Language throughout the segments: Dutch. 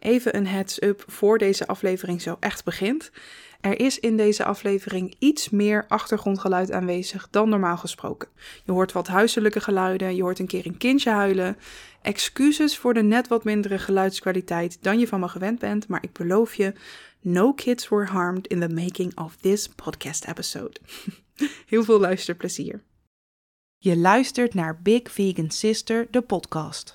Even een heads-up voor deze aflevering zo echt begint. Er is in deze aflevering iets meer achtergrondgeluid aanwezig dan normaal gesproken. Je hoort wat huiselijke geluiden, je hoort een keer een kindje huilen. Excuses voor de net wat mindere geluidskwaliteit dan je van me gewend bent, maar ik beloof je, no kids were harmed in the making of this podcast episode. Heel veel luisterplezier. Je luistert naar Big Vegan Sister, de podcast.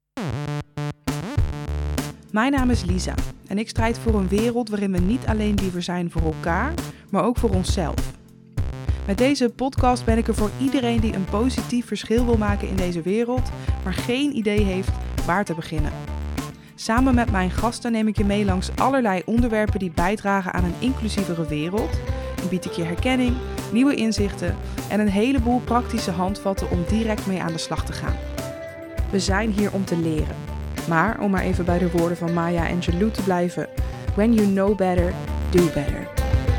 Mijn naam is Lisa en ik strijd voor een wereld waarin we niet alleen liever zijn voor elkaar, maar ook voor onszelf. Met deze podcast ben ik er voor iedereen die een positief verschil wil maken in deze wereld, maar geen idee heeft waar te beginnen. Samen met mijn gasten neem ik je mee langs allerlei onderwerpen die bijdragen aan een inclusievere wereld en bied ik je herkenning, nieuwe inzichten en een heleboel praktische handvatten om direct mee aan de slag te gaan. We zijn hier om te leren. Maar om maar even bij de woorden van Maya Angelou te blijven, when you know better, do better.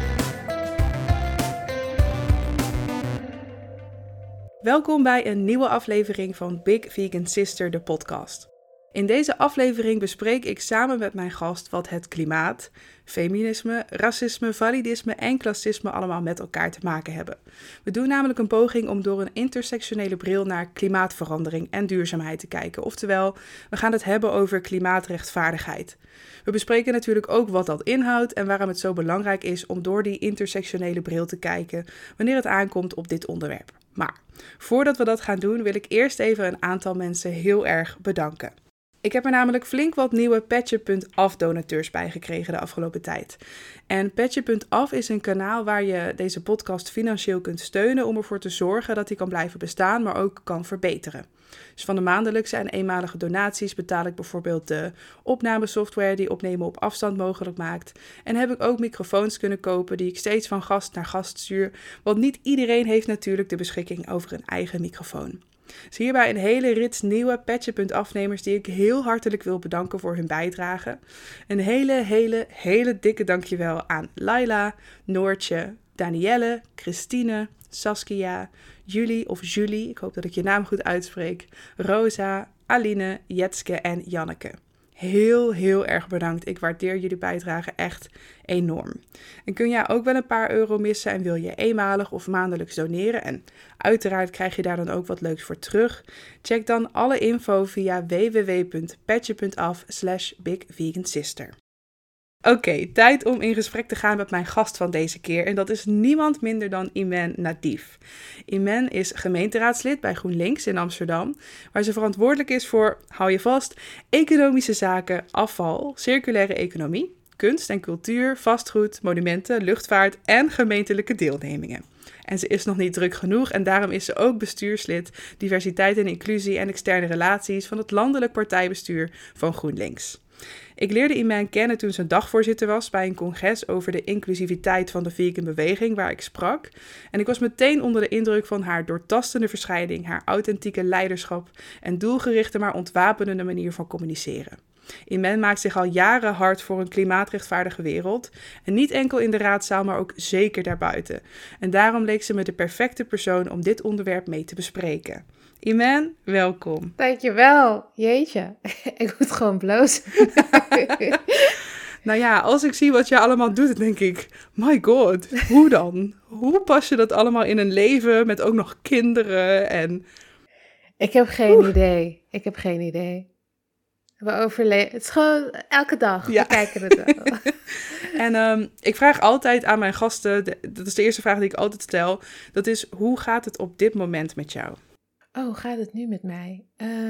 Welkom bij een nieuwe aflevering van Big Vegan Sister, de podcast. In deze aflevering bespreek ik samen met mijn gast wat het klimaat, feminisme, racisme, validisme en klassisme allemaal met elkaar te maken hebben. We doen namelijk een poging om door een intersectionele bril naar klimaatverandering en duurzaamheid te kijken. Oftewel, we gaan het hebben over klimaatrechtvaardigheid. We bespreken natuurlijk ook wat dat inhoudt en waarom het zo belangrijk is om door die intersectionele bril te kijken wanneer het aankomt op dit onderwerp. Maar voordat we dat gaan doen, wil ik eerst even een aantal mensen heel erg bedanken. Ik heb er namelijk flink wat nieuwe Petje.af donateurs bij gekregen de afgelopen tijd. En Petje.af is een kanaal waar je deze podcast financieel kunt steunen om ervoor te zorgen dat hij kan blijven bestaan, maar ook kan verbeteren. Dus van de maandelijkse en eenmalige donaties betaal ik bijvoorbeeld de opnamesoftware die opnemen op afstand mogelijk maakt. En heb ik ook microfoons kunnen kopen die ik steeds van gast naar gast stuur, want niet iedereen heeft natuurlijk de beschikking over een eigen microfoon. Dus hierbij een hele rits nieuwe Petje.afnemers die ik heel hartelijk wil bedanken voor hun bijdrage. Een hele dikke dankjewel aan Laila, Noortje, Danielle, Christine, Saskia, Julie, ik hoop dat ik je naam goed uitspreek, Rosa, Aline, Jetske en Janneke. Heel erg bedankt. Ik waardeer jullie bijdrage echt enorm. En kun jij ook wel een paar euro missen en wil je eenmalig of maandelijks doneren? En uiteraard krijg je daar dan ook wat leuks voor terug. Check dan alle info via www.petje.af/bigvegansister. Oké, tijd om in gesprek te gaan met mijn gast van deze keer. En dat is niemand minder dan Imen Nadif. Imen is gemeenteraadslid bij GroenLinks in Amsterdam, waar ze verantwoordelijk is voor, hou je vast, economische zaken, afval, circulaire economie, kunst en cultuur, vastgoed, monumenten, luchtvaart en gemeentelijke deelnemingen. En ze is nog niet druk genoeg en daarom is ze ook bestuurslid diversiteit en inclusie en externe relaties van het landelijk partijbestuur van GroenLinks. Ik leerde Imen kennen toen ze dagvoorzitter was bij een congres over de inclusiviteit van de vegan beweging waar ik sprak. En ik was meteen onder de indruk van haar doortastende verschijning, haar authentieke leiderschap en doelgerichte maar ontwapenende manier van communiceren. Imen maakt zich al jaren hard voor een klimaatrechtvaardige wereld. En niet enkel in de raadzaal, maar ook zeker daarbuiten. En daarom leek ze me de perfecte persoon om dit onderwerp mee te bespreken. Imen, welkom. Dankjewel. Jeetje, ik moet gewoon blozen. Nou ja, als ik zie wat je allemaal doet, dan denk ik, my god, hoe dan? Hoe pas je dat allemaal in een leven met ook nog kinderen en... Ik heb geen idee. We overleven. Het is gewoon elke dag. Ja. We kijken het wel. En ik vraag altijd aan mijn gasten, dat is de eerste vraag die ik altijd stel, dat is, hoe gaat het op dit moment met jou? Oh, hoe gaat het nu met mij?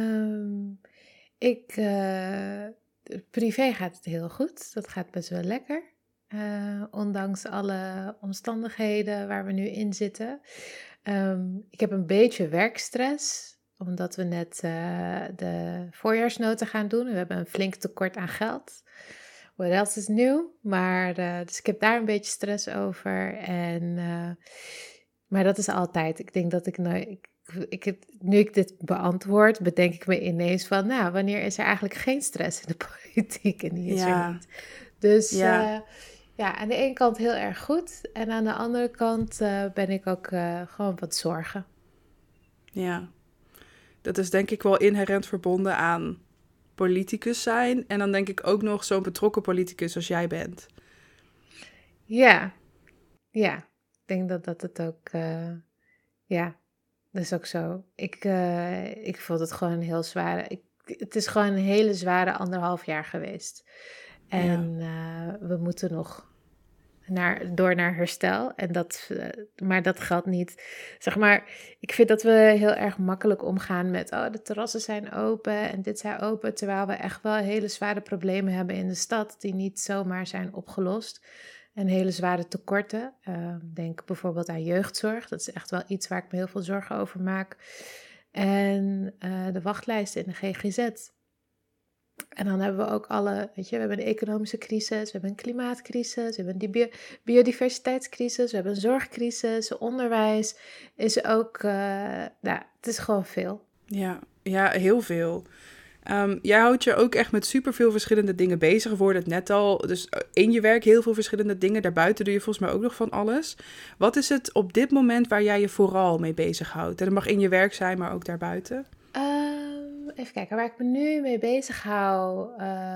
Privé gaat het heel goed. Dat gaat best wel lekker. Ondanks alle omstandigheden waar we nu in zitten. Ik heb een beetje werkstress, omdat we net de voorjaarsnota gaan doen. We hebben een flink tekort aan geld. What else is new? Maar, dus ik heb daar een beetje stress over. Maar dat is altijd. Ik denk dat nu ik dit beantwoord, bedenk ik me ineens van, nou, wanneer is er eigenlijk geen stress in de politiek en die is er niet. Dus ja, aan de ene kant heel erg goed en aan de andere kant ben ik ook gewoon wat zorgen. Ja, dat is denk ik wel inherent verbonden aan politicus zijn. En dan denk ik ook nog zo'n betrokken politicus als jij bent. Ja, ja. Ik denk dat het ook... ja, dat is ook zo. Ik vond het gewoon een heel zware... Het is gewoon een hele zware 1,5 jaar geweest. En we moeten nog door naar herstel. Maar dat geldt niet. Zeg maar, ik vind dat we heel erg makkelijk omgaan met... de terrassen zijn open en dit zijn open. Terwijl we echt wel hele zware problemen hebben in de stad... die niet zomaar zijn opgelost. En hele zware tekorten. Denk bijvoorbeeld aan jeugdzorg. Dat is echt wel iets waar ik me heel veel zorgen over maak. En de wachtlijsten in de GGZ. En dan hebben we ook we hebben een economische crisis, we hebben een klimaatcrisis, we hebben een biodiversiteitscrisis, we hebben een zorgcrisis, onderwijs is ook, het is gewoon veel. Ja, heel veel. Jij houdt je ook echt met superveel verschillende dingen bezig. We hoorden het net al. Dus in je werk heel veel verschillende dingen. Daarbuiten doe je volgens mij ook nog van alles. Wat is het op dit moment waar jij je vooral mee bezighoudt? En dat mag in je werk zijn, maar ook daarbuiten. Even kijken, waar ik me nu mee bezig hou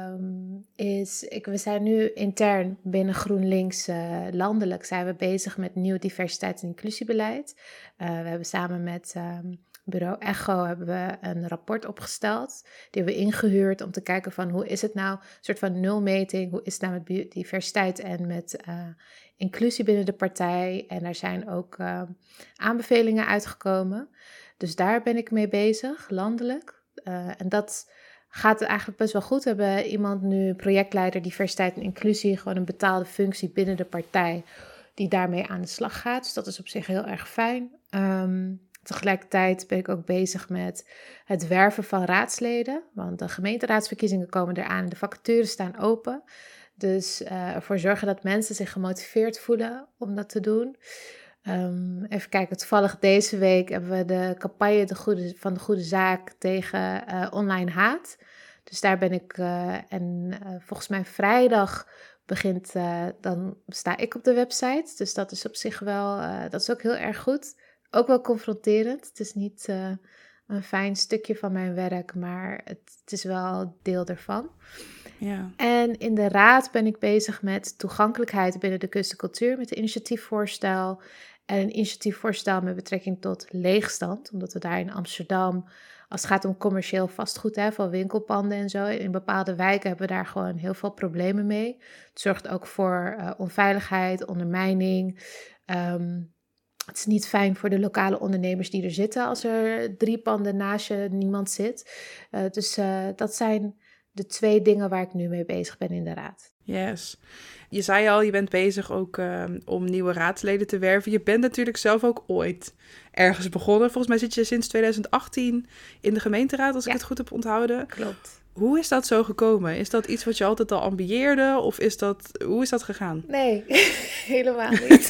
we zijn nu intern binnen GroenLinks landelijk zijn we bezig met nieuw diversiteits- en inclusiebeleid. We hebben samen met bureau Echo hebben we een rapport opgesteld. Die hebben we ingehuurd om te kijken van hoe is het nou, een soort van nulmeting, hoe is het nou met biodiversiteit en met inclusie binnen de partij. En daar zijn ook aanbevelingen uitgekomen. Dus daar ben ik mee bezig, landelijk. En dat gaat eigenlijk best wel goed. We hebben iemand nu, projectleider diversiteit en inclusie, gewoon een betaalde functie binnen de partij, die daarmee aan de slag gaat. Dus dat is op zich heel erg fijn. Tegelijkertijd ben ik ook bezig met het werven van raadsleden. Want de gemeenteraadsverkiezingen komen eraan en de vacatures staan open. Dus ervoor zorgen dat mensen zich gemotiveerd voelen om dat te doen. Even kijken, toevallig deze week hebben we de campagne van de Goede Zaak tegen online haat. Dus daar ben ik volgens mij vrijdag dan sta ik op de website. Dus dat is op zich wel, dat is ook heel erg goed. Ook wel confronterend. Het is niet een fijn stukje van mijn werk, maar het is wel deel ervan. Ja. En in de raad ben ik bezig met toegankelijkheid binnen de kunst en cultuur, met een initiatiefvoorstel. En een initiatiefvoorstel met betrekking tot leegstand, omdat we daar in Amsterdam, als het gaat om commercieel vastgoed, van winkelpanden en zo, in bepaalde wijken hebben we daar gewoon heel veel problemen mee. Het zorgt ook voor onveiligheid, ondermijning. Het is niet fijn voor de lokale ondernemers die er zitten als er 3 panden naast je niemand zit. Dus dat zijn de 2 dingen waar ik nu mee bezig ben in de raad. Yes. Je zei al, je bent bezig ook om nieuwe raadsleden te werven. Je bent natuurlijk zelf ook ooit ergens begonnen. Volgens mij zit je sinds 2018 in de gemeenteraad, als ik het goed heb onthouden. Klopt. Hoe is dat zo gekomen? Is dat iets wat je altijd al ambieerde? Of hoe is dat gegaan? Nee, helemaal niet.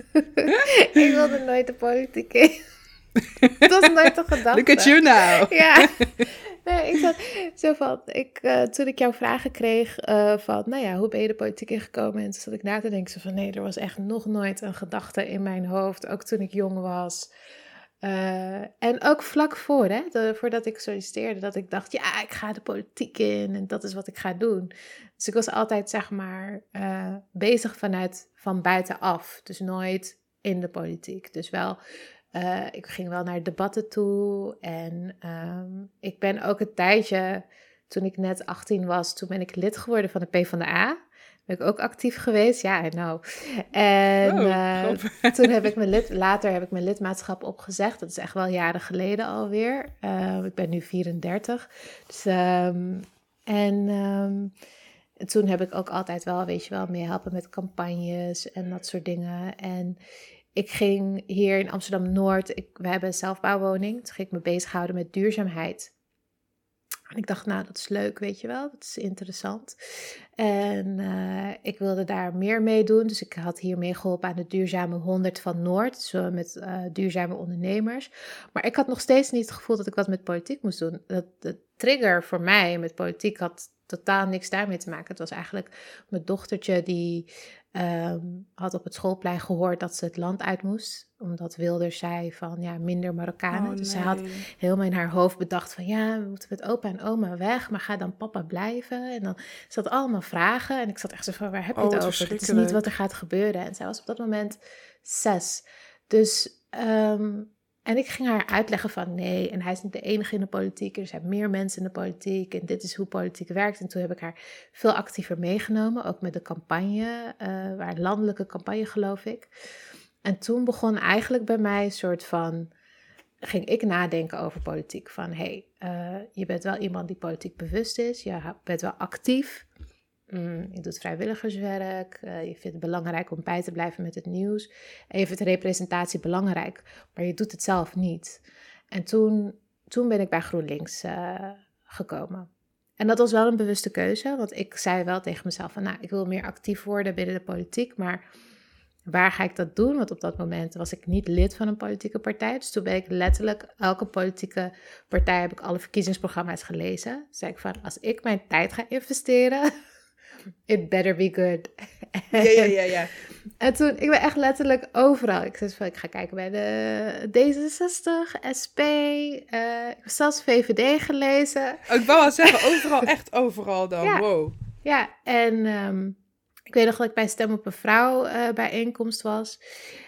Ik wilde nooit de politiek in. Dat was nooit de gedachte. Look at you now. Ja. Nee, ik zat zo van, toen ik jouw vragen kreeg van, hoe ben je de politiek ingekomen? En toen zat ik na te denken van, nee, er was echt nog nooit een gedachte in mijn hoofd, ook toen ik jong was. En ook vlak voordat ik solliciteerde, dat ik dacht, ja, ik ga de politiek in en dat is wat ik ga doen. Dus ik was altijd, zeg maar, bezig van buitenaf, dus nooit in de politiek. Dus wel... ik ging wel naar debatten toe en ik ben ook een tijdje, toen ik net 18 was, toen ben ik lid geworden van de PvdA. Ben ik ook actief geweest, ja, I know. En toen heb ik later heb ik mijn lidmaatschap opgezegd. Dat is echt wel jaren geleden alweer. Ik ben nu 34. Dus, en toen heb ik ook altijd wel, mee helpen met campagnes en dat soort dingen. En ik ging hier in Amsterdam-Noord, we hebben een zelfbouwwoning. Toen ging ik me bezighouden met duurzaamheid. En ik dacht, dat is leuk, weet je wel. Dat is interessant. En ik wilde daar meer mee doen. Dus ik had hier mee geholpen aan de Duurzame 100 van Noord. Zo met duurzame ondernemers. Maar ik had nog steeds niet het gevoel dat ik wat met politiek moest doen. De trigger voor mij met politiek had totaal niks daarmee te maken. Het was eigenlijk mijn dochtertje die had op het schoolplein gehoord dat ze het land uit moest. Omdat Wilders zei van ja, minder Marokkanen. Oh, Dus zij nee. had helemaal in haar hoofd bedacht van ja, we moeten met opa en oma weg. Maar ga dan papa blijven? En dan zat allemaal vragen. En ik zat echt zo van waar heb je Oh, het wat over? Dit is niet verschrikkelijk. wat er gaat gebeuren. En zij was op dat moment 6. Dus en ik ging haar uitleggen van nee, en hij is niet de enige in de politiek. Er zijn meer mensen in de politiek en dit is hoe politiek werkt. En toen heb ik haar veel actiever meegenomen, ook met de campagne, waar landelijke campagne geloof ik. En toen begon eigenlijk bij mij een soort van, ging ik nadenken over politiek. Van je bent wel iemand die politiek bewust is, je bent wel actief. Je doet vrijwilligerswerk, je vindt het belangrijk om bij te blijven met het nieuws. En je vindt representatie belangrijk, maar je doet het zelf niet. En toen ben ik bij GroenLinks gekomen. En dat was wel een bewuste keuze, want ik zei wel tegen mezelf van, nou, ik wil meer actief worden binnen de politiek, maar waar ga ik dat doen? Want op dat moment was ik niet lid van een politieke partij. Dus toen ben ik letterlijk, elke politieke partij heb ik alle verkiezingsprogramma's gelezen. Toen zei ik van, als ik mijn tijd ga investeren, it better be good. Ja. En toen, ik ben echt letterlijk overal. Ik zei van, ik ga kijken bij de D66, SP, ik heb zelfs VVD gelezen. Oh, ik wou al zeggen, overal, echt overal dan. Ja. Wow. Ja, en ik weet nog dat ik bij Stem op een Vrouw bijeenkomst was.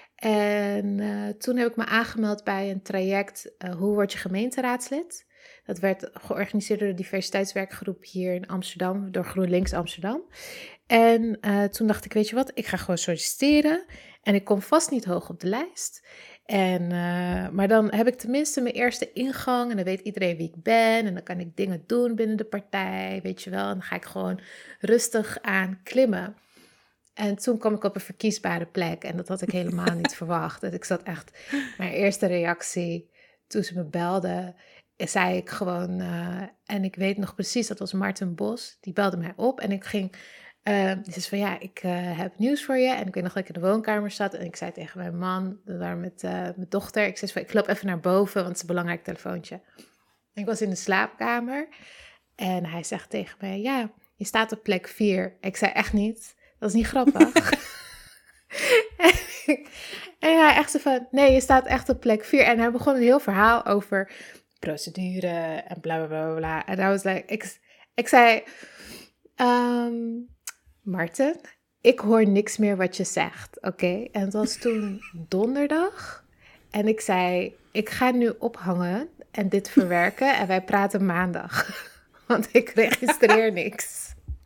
En toen heb ik me aangemeld bij een traject, hoe word je gemeenteraadslid? Dat werd georganiseerd door de diversiteitswerkgroep hier in Amsterdam, door GroenLinks Amsterdam. En toen dacht ik, weet je wat, ik ga gewoon solliciteren. En ik kom vast niet hoog op de lijst. Maar dan heb ik tenminste mijn eerste ingang en dan weet iedereen wie ik ben. En dan kan ik dingen doen binnen de partij, weet je wel. En dan ga ik gewoon rustig aan klimmen. En toen kwam ik op een verkiesbare plek en dat had ik helemaal niet verwacht. En ik zat echt, mijn eerste reactie toen ze me belden, zei ik gewoon, en ik weet nog precies, dat was Martin Bos, die belde mij op en ik ging, die zei van ja, ik heb nieuws voor je. En ik weet nog dat ik in de woonkamer zat en ik zei tegen mijn man, daar met mijn dochter, ik zei van ik loop even naar boven, want het is een belangrijk telefoontje. En ik was in de slaapkamer en hij zegt tegen mij, ja, je staat op plek 4. Ik zei echt niet, dat is niet grappig. En hij echt zo van, nee, je staat echt op plek 4. En hij begon een heel verhaal over procedure en bla bla bla bla. En hij was like, ik zei, Martin, ik hoor niks meer wat je zegt, oké? En het was toen donderdag. En ik zei, ik ga nu ophangen en dit verwerken en wij praten maandag. Want ik registreer niks.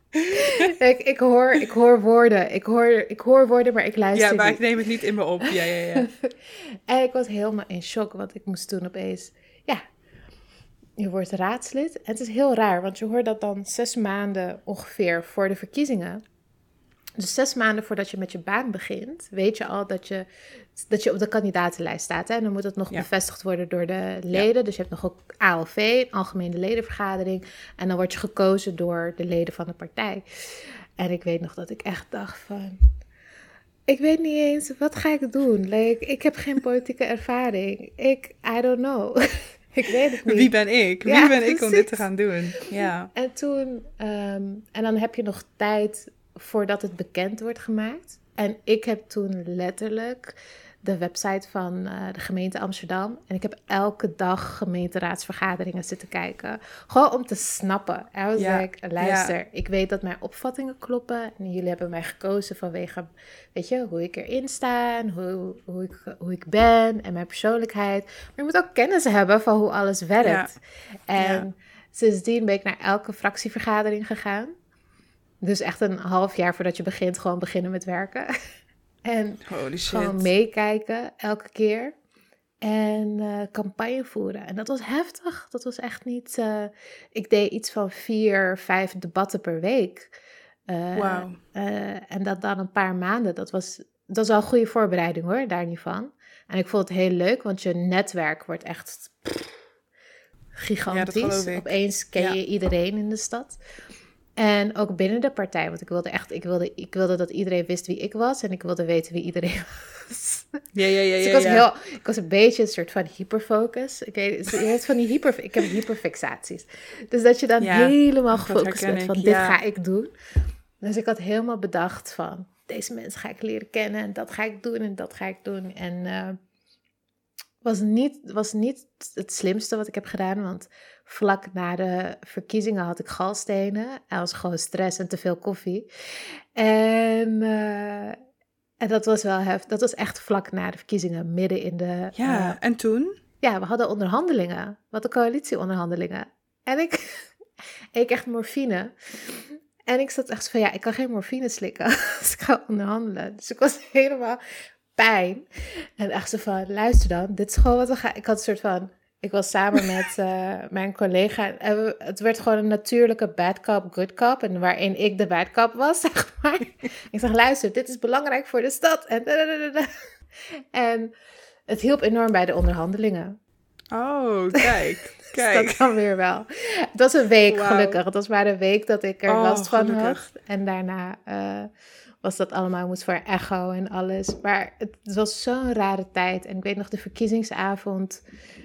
Ik hoor woorden. Ik hoor woorden, maar ik luister Ja, maar niet. ik neem het niet in me op. Ja. En ik was helemaal in shock, want ik moest toen opeens, ja, je wordt raadslid. En het is heel raar, want je hoort dat dan 6 maanden ongeveer voor de verkiezingen. Dus 6 maanden voordat je met je baan begint, weet je al dat je op de kandidatenlijst staat. Hè? En dan moet het nog bevestigd worden door de leden. Ja. Dus je hebt nog ook ALV, een algemene ledenvergadering. En dan word je gekozen door de leden van de partij. En ik weet nog dat ik echt dacht van, ik weet niet eens, wat ga ik doen? Ik heb geen politieke ervaring. I don't know. Ik weet het niet. Wie ben ik? Wie ben ik om dit te gaan doen? Ja. En toen, en dan heb je nog tijd voordat het bekend wordt gemaakt. En ik heb toen letterlijk de website van de gemeente Amsterdam. En ik heb elke dag gemeenteraadsvergaderingen zitten kijken. Gewoon om te snappen. I was like, luister, ik weet dat mijn opvattingen kloppen. En jullie hebben mij gekozen vanwege, weet je, hoe ik erin sta. Hoe ik ben en mijn persoonlijkheid. Maar je moet ook kennis hebben van hoe alles werkt. Ja. En sindsdien ben ik naar elke fractievergadering gegaan. Dus echt een half jaar voordat je begint, gewoon beginnen met werken. En gewoon meekijken elke keer. En campagne voeren. En dat was heftig. Dat was echt niet... ik deed iets van 4-5 debatten per week. Wauw. En dat dan een paar maanden. Dat was wel een goede voorbereiding hoor, daar niet van. En ik vond het heel leuk, want je netwerk wordt echt gigantisch. Ja, dat geloof ik. Opeens ken je iedereen in de stad. En ook binnen de partij, want ik wilde dat iedereen wist wie ik was en ik wilde weten wie iedereen was. Ja. Dus ik was een beetje een soort van hyperfocus. Je hebt van die ik heb hyperfixaties. Dus dat je dan helemaal gefocust bent van dit ga ik doen. Dus ik had helemaal bedacht van deze mensen ga ik leren kennen en dat ga ik doen en dat ga ik doen. En was niet het slimste wat ik heb gedaan, want vlak na de verkiezingen had ik galstenen. Er was gewoon stress en te veel koffie. En dat was wel heftig. Dat was echt vlak na de verkiezingen, midden in de... Ja, en toen? Ja, we hadden onderhandelingen. We hadden coalitieonderhandelingen. En ik echt morfine. En ik zat echt van, ik kan geen morfine slikken als ik ga onderhandelen. Dus ik was helemaal pijn. En echt zo van, luister dan, dit is gewoon wat we gaan... Ik had een soort van... Ik was samen met mijn collega. En het werd gewoon een natuurlijke bad cop, good cop. En waarin ik de bad cop was, zeg maar. Ik zeg, luister, dit is belangrijk voor de stad. En het hielp enorm bij de onderhandelingen. Oh, kijk. Dus dat dan weer wel. Het was een week, gelukkig. Het was maar een week dat ik er last van had. En daarna was dat allemaal, moest voor echo en alles. Maar het was zo'n rare tijd. En ik weet nog de verkiezingsavond...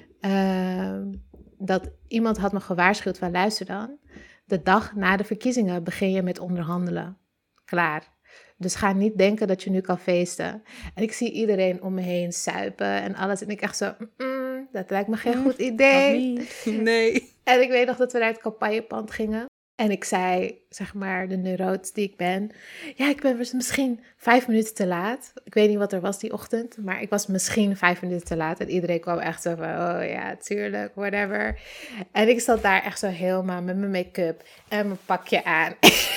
dat iemand had me gewaarschuwd van luister dan, de dag na de verkiezingen begin je met onderhandelen. Klaar. Dus ga niet denken dat je nu kan feesten. En ik zie iedereen om me heen suipen en alles. En ik echt zo, dat lijkt me geen goed idee. Nee. En ik weet nog dat we naar het campagnepand gingen. En ik zei, zeg maar, de neuroot die ik ben... Ja, ik ben misschien 5 minuten te laat. Ik weet niet wat er was die ochtend, maar ik was misschien 5 minuten te laat. En iedereen kwam echt zo van, oh ja, tuurlijk, whatever. En ik zat daar echt zo helemaal met mijn make-up en mijn pakje aan.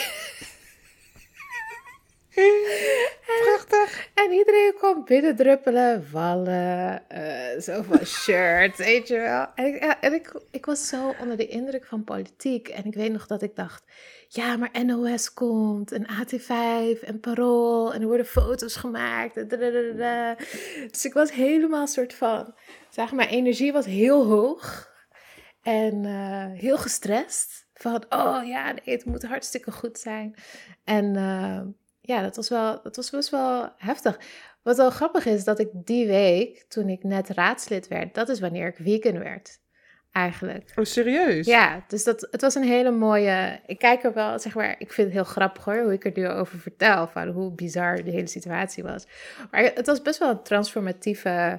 Prachtig. En iedereen kwam binnendruppelen, wallen, zo van shirt, weet je wel. En ik was zo onder de indruk van politiek. En ik weet nog dat ik dacht, ja, maar NOS komt, en AT5 en Parool. En er worden foto's gemaakt. Dus ik was helemaal soort van, zeg maar, mijn energie was heel hoog. En heel gestrest. Van, oh ja, nee, het moet hartstikke goed zijn. En... ja, dat was best wel heftig. Wat wel grappig is, dat ik die week, toen ik net raadslid werd, dat is wanneer ik vegan werd, eigenlijk. Oh, serieus? Ja, dus het was een hele mooie... Ik kijk er wel, zeg maar, ik vind het heel grappig hoor, hoe ik er nu over vertel, van hoe bizar de hele situatie was. Maar het was best wel een transformatieve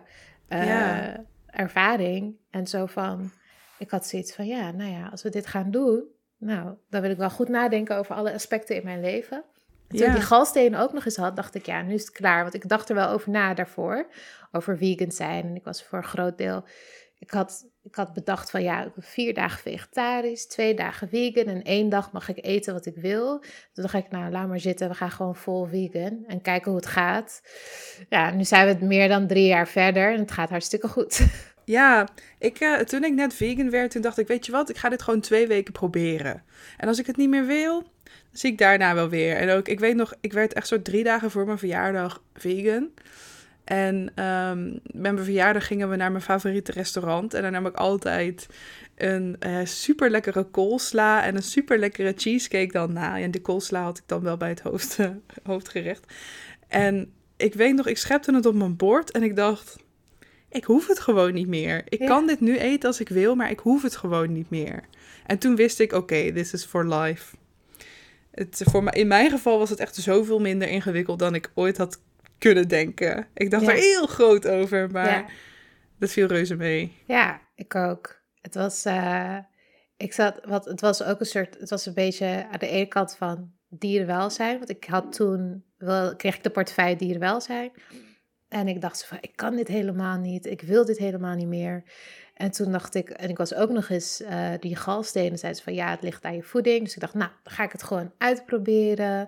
ervaring. En zo van, ik had zoiets van, ja, nou ja, als we dit gaan doen, nou, dan wil ik wel goed nadenken over alle aspecten in mijn leven. En toen ik die galstenen ook nog eens had, dacht ik, ja, nu is het klaar. Want ik dacht er wel over na daarvoor, over vegan zijn. En ik was voor een groot deel... Ik had bedacht van, ja, 4 dagen vegetarisch, 2 dagen vegan en 1 dag mag ik eten wat ik wil. Toen dacht ik, nou, laat maar zitten, we gaan gewoon vol vegan en kijken hoe het gaat. Ja, nu zijn we meer dan 3 jaar verder en het gaat hartstikke goed. Ja, toen ik net vegan werd, toen dacht ik, weet je wat, ik ga dit gewoon 2 weken proberen. En als ik het niet meer wil, dan zie ik daarna wel weer. En ook, ik weet nog, ik werd echt zo 3 dagen voor mijn verjaardag vegan. En met mijn verjaardag gingen we naar mijn favoriete restaurant. En daar nam ik altijd een super lekkere koolsla en een super lekkere cheesecake dan na. En de koolsla had ik dan wel bij het hoofdgerecht. En ik weet nog, ik schepte het op mijn bord en ik dacht, ik hoef het gewoon niet meer. Ik kan dit nu eten als ik wil, maar ik hoef het gewoon niet meer. En toen wist ik, oké, this is for life. In mijn geval was het echt zoveel minder ingewikkeld dan ik ooit had kunnen denken. Ik dacht er heel groot over, maar dat viel reuze mee. Ja, ik ook. Het was, het was ook het was een beetje aan de ene kant van dierenwelzijn, want ik had toen kreeg ik de portefeuille dierenwelzijn. En ik dacht zo van, ik kan dit helemaal niet, ik wil dit helemaal niet meer. En toen dacht ik, en ik was ook nog eens die galstenen, zei ze van, ja, het ligt aan je voeding. Dus ik dacht, nou, dan ga ik het gewoon uitproberen.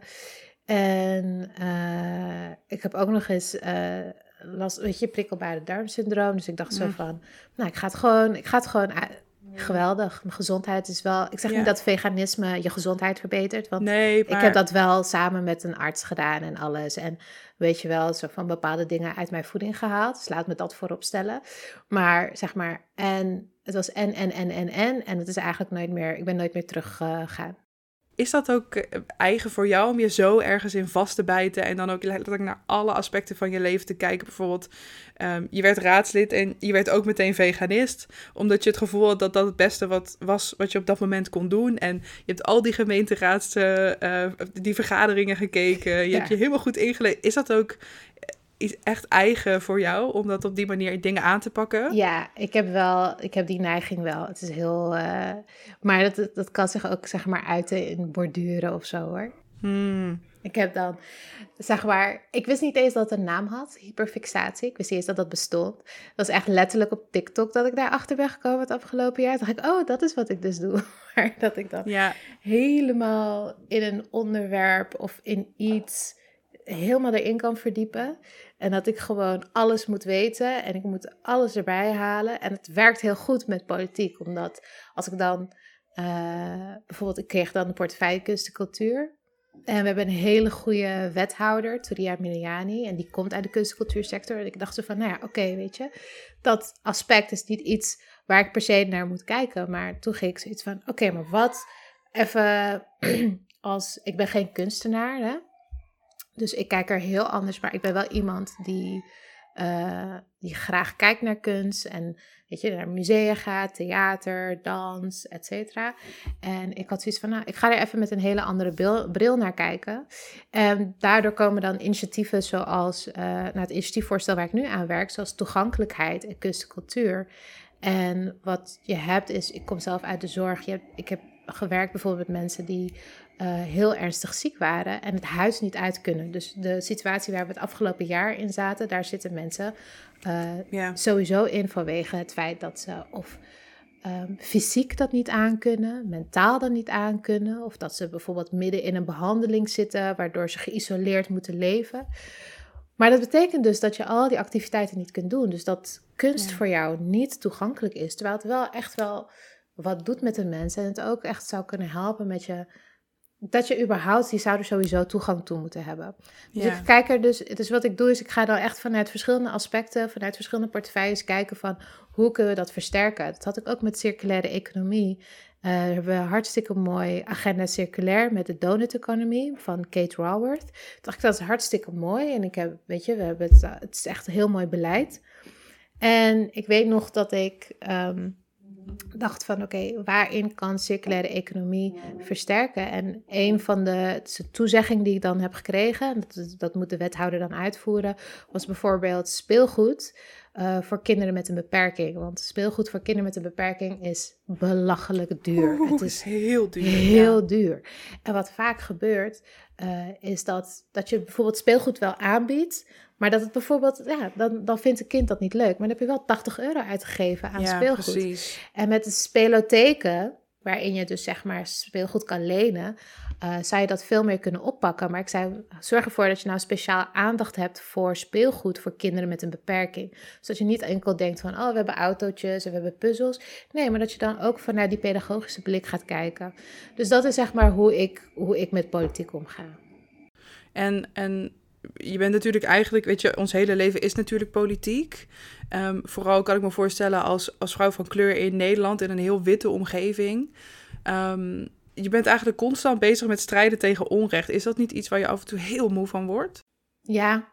En ik heb ook nog eens last, weet je, prikkelbare darmsyndroom. Dus ik dacht zo van, nou, ik ga het gewoon geweldig. Mijn gezondheid is wel... Ik zeg niet dat veganisme je gezondheid verbetert. Want ik heb dat wel samen met een arts gedaan en alles. En weet je wel, zo van bepaalde dingen uit mijn voeding gehaald. Dus laat me dat voorop stellen. Maar zeg maar, en het was en het is eigenlijk nooit meer... Ik ben nooit meer teruggegaan. Is dat ook eigen voor jou om je zo ergens in vast te bijten en dan ook letterlijk naar alle aspecten van je leven te kijken? Bijvoorbeeld, je werd raadslid en je werd ook meteen veganist, omdat je het gevoel had dat dat het beste was wat je op dat moment kon doen. En je hebt al die gemeenteraads, die vergaderingen gekeken, je hebt je helemaal goed ingelezen. Is dat ook iets echt eigen voor jou, om dat op die manier dingen aan te pakken? Ja, ik heb die neiging wel. Het is heel, maar dat kan zich ook, zeg maar, uiten in borduren of zo, hoor. Ik heb dan, zeg maar, ik wist niet eens dat het een naam had, hyperfixatie. Ik wist niet eens dat dat bestond. Dat was echt letterlijk op TikTok dat ik daarachter ben gekomen het afgelopen jaar. Toen dacht ik, oh, dat is wat ik dus doe. Maar dat ik dan helemaal in een onderwerp of in iets helemaal erin kan verdiepen. En dat ik gewoon alles moet weten en ik moet alles erbij halen. En het werkt heel goed met politiek, omdat als ik dan, bijvoorbeeld, ik kreeg dan de portefeuille kunst en cultuur. En we hebben een hele goede wethouder, Turia Miliani, en die komt uit de kunst- en cultuursector. En ik dacht zo van, nou ja, oké, weet je, dat aspect is niet iets waar ik per se naar moet kijken. Maar toen ging ik zoiets van, oké, maar wat even als, ik ben geen kunstenaar, hè? Dus ik kijk er heel anders, maar ik ben wel iemand die graag kijkt naar kunst en, weet je, naar musea gaat, theater, dans, et cetera. En ik had zoiets van, nou, ik ga er even met een hele andere bril naar kijken. En daardoor komen dan initiatieven zoals, het initiatiefvoorstel waar ik nu aan werk, zoals toegankelijkheid en kunst en cultuur. En wat je hebt is, ik kom zelf uit de zorg, ik heb gewerkt bijvoorbeeld met mensen die heel ernstig ziek waren en het huis niet uit kunnen. Dus de situatie waar we het afgelopen jaar in zaten, daar zitten mensen sowieso in vanwege het feit dat ze of fysiek dat niet aankunnen, mentaal dat niet aankunnen, of dat ze bijvoorbeeld midden in een behandeling zitten, waardoor ze geïsoleerd moeten leven. Maar dat betekent dus dat je al die activiteiten niet kunt doen. Dus dat kunst voor jou niet toegankelijk is, terwijl het wel echt wel wat doet met de mensen en het ook echt zou kunnen helpen met je, dat je überhaupt, die zou er sowieso toegang toe moeten hebben. Dus ik kijk er dus wat ik doe is, ik ga dan echt vanuit verschillende aspecten, vanuit verschillende portefeuilles kijken van, hoe kunnen we dat versterken? Dat had ik ook met circulaire economie. Hebben we een hartstikke mooi agenda circulair met de donut economy van Kate Raworth. Toen dacht ik, dat is hartstikke mooi en ik heb, weet je, het is echt een heel mooi beleid. En ik weet nog dat ik dacht van, oké, waarin kan circulaire economie versterken? En een van de toezeggingen die ik dan heb gekregen, dat moet de wethouder dan uitvoeren, was bijvoorbeeld speelgoed voor kinderen met een beperking. Want speelgoed voor kinderen met een beperking is belachelijk duur. Het is heel duur. Heel duur. En wat vaak gebeurt, is dat je bijvoorbeeld speelgoed wel aanbiedt, maar dat het bijvoorbeeld, dan vindt een kind dat niet leuk. Maar dan heb je wel €80 uitgegeven aan speelgoed. Precies. En met de spelotheken, waarin je dus zeg maar speelgoed kan lenen, zou je dat veel meer kunnen oppakken. Maar ik zei, zorg ervoor dat je nou speciaal aandacht hebt voor speelgoed voor kinderen met een beperking. Zodat je niet enkel denkt van, oh, we hebben autootjes en we hebben puzzels. Nee, maar dat je dan ook vanuit die pedagogische blik gaat kijken. Dus dat is zeg maar hoe ik met politiek omga. En je bent natuurlijk eigenlijk, weet je, ons hele leven is natuurlijk politiek. Vooral kan ik me voorstellen als vrouw van kleur in Nederland, in een heel witte omgeving. Je bent eigenlijk constant bezig met strijden tegen onrecht. Is dat niet iets waar je af en toe heel moe van wordt? Ja.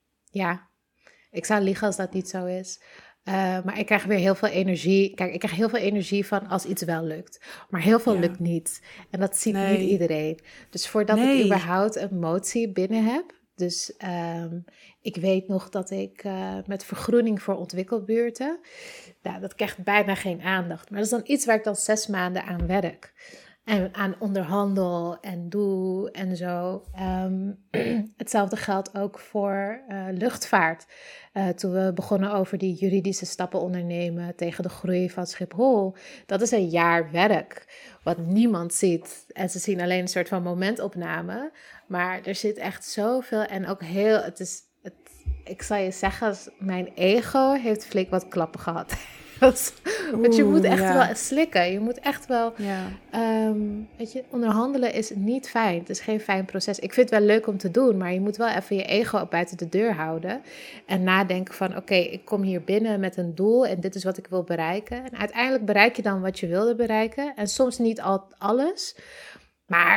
Ik zou liegen als dat niet zo is. Maar ik krijg weer heel veel energie. Kijk, ik krijg heel veel energie van als iets wel lukt. Maar heel veel lukt niet. En dat ziet niet iedereen. Dus voordat ik überhaupt een motie binnen heb. Dus ik weet nog dat ik met vergroening voor ontwikkelbuurten. Nou, dat krijgt bijna geen aandacht. Maar dat is dan iets waar ik dan 6 maanden aan werk. En aan onderhandel en doe en zo. Hetzelfde geldt ook voor luchtvaart. Toen we begonnen over die juridische stappen ondernemen tegen de groei van Schiphol. Dat is een jaar werk, wat niemand ziet. En ze zien alleen een soort van momentopname. Maar er zit echt zoveel en ook heel... ik zal je zeggen, mijn ego heeft flink wat klappen gehad. Want je moet echt wel slikken. Je moet echt wel... weet je, onderhandelen is niet fijn. Het is geen fijn proces. Ik vind het wel leuk om te doen, maar je moet wel even je ego buiten de deur houden. En nadenken van, oké, ik kom hier binnen met een doel en dit is wat ik wil bereiken. En uiteindelijk bereik je dan wat je wilde bereiken. En soms niet alles. Maar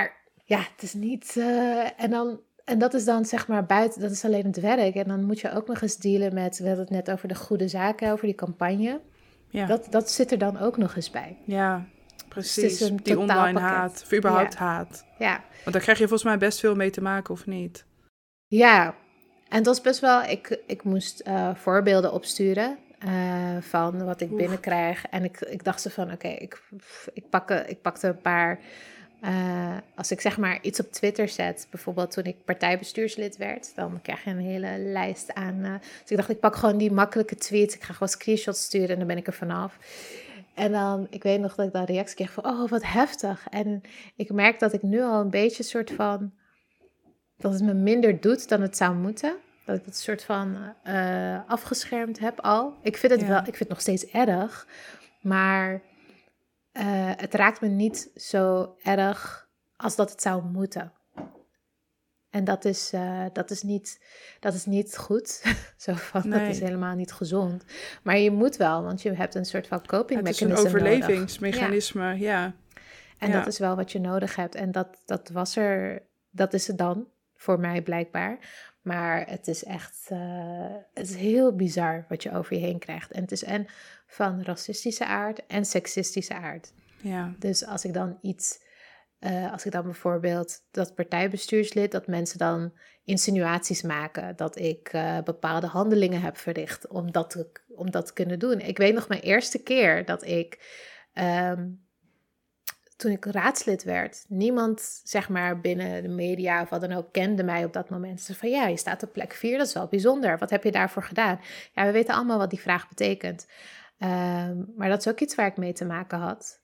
het is niet... En dat is dan zeg maar buiten, dat is alleen het werk. En dan moet je ook nog eens dealen met, we hadden het net over de goede zaken, over die campagne. Ja, Dat zit er dan ook nog eens bij. ja, Dus het is precies. een Die online totaalpakket. haat, of überhaupt Ja. haat. Ja. Want daar krijg je volgens mij best veel mee te maken, of niet? Ja, en het was best wel, ik moest voorbeelden opsturen van wat ik binnenkrijg. En ik dacht zo van, oké, ik pakte een paar, als ik zeg maar iets op Twitter zet, bijvoorbeeld toen ik partijbestuurslid werd, dan krijg je een hele lijst aan. Dus ik dacht, ik pak gewoon die makkelijke tweets, ik ga gewoon screenshots sturen en dan ben ik er vanaf. En dan, ik weet nog dat ik dan reactie kreeg van, oh, wat heftig. En ik merk dat ik nu al een beetje soort van, dat het me minder doet dan het zou moeten. Dat ik het soort van afgeschermd heb al. Ik vind het wel, ik vind het nog steeds erg. Maar het raakt me niet zo erg als dat het zou moeten. En dat is niet goed. Zo van, Nee. Dat is helemaal niet gezond. Maar je moet wel, want je hebt een soort van copingmechanisme Het is een nodig. overlevingsmechanisme, ja. En dat is wel wat je nodig hebt. En dat is het dan, voor mij blijkbaar. Maar het is echt, het is heel bizar wat je over je heen krijgt. En het is van racistische aard en seksistische aard. Ja. Dus als ik dan bijvoorbeeld dat partijbestuurslid, dat mensen dan insinuaties maken dat ik bepaalde handelingen heb verricht om dat te kunnen doen. Ik weet nog mijn eerste keer dat toen ik raadslid werd, niemand zeg maar binnen de media of wat dan ook kende mij op dat moment. Ze van, ja, je staat op plek 4, dat is wel bijzonder. Wat heb je daarvoor gedaan? Ja, we weten allemaal wat die vraag betekent. Maar dat is ook iets waar ik mee te maken had.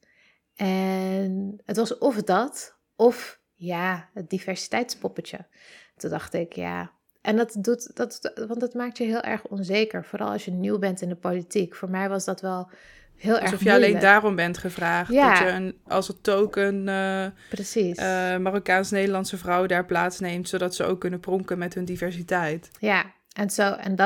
En het was of dat, of ja, het diversiteitspoppetje. Toen dacht ik, ja. En want dat maakt je heel erg onzeker. Vooral als je nieuw bent in de politiek. Voor mij was dat wel heel erg Alsof je moeilijk. alleen daarom bent gevraagd. Ja. Dat je als een token Precies. Marokkaans-Nederlandse vrouw daar plaatsneemt, zodat ze ook kunnen pronken met hun diversiteit. Ja, en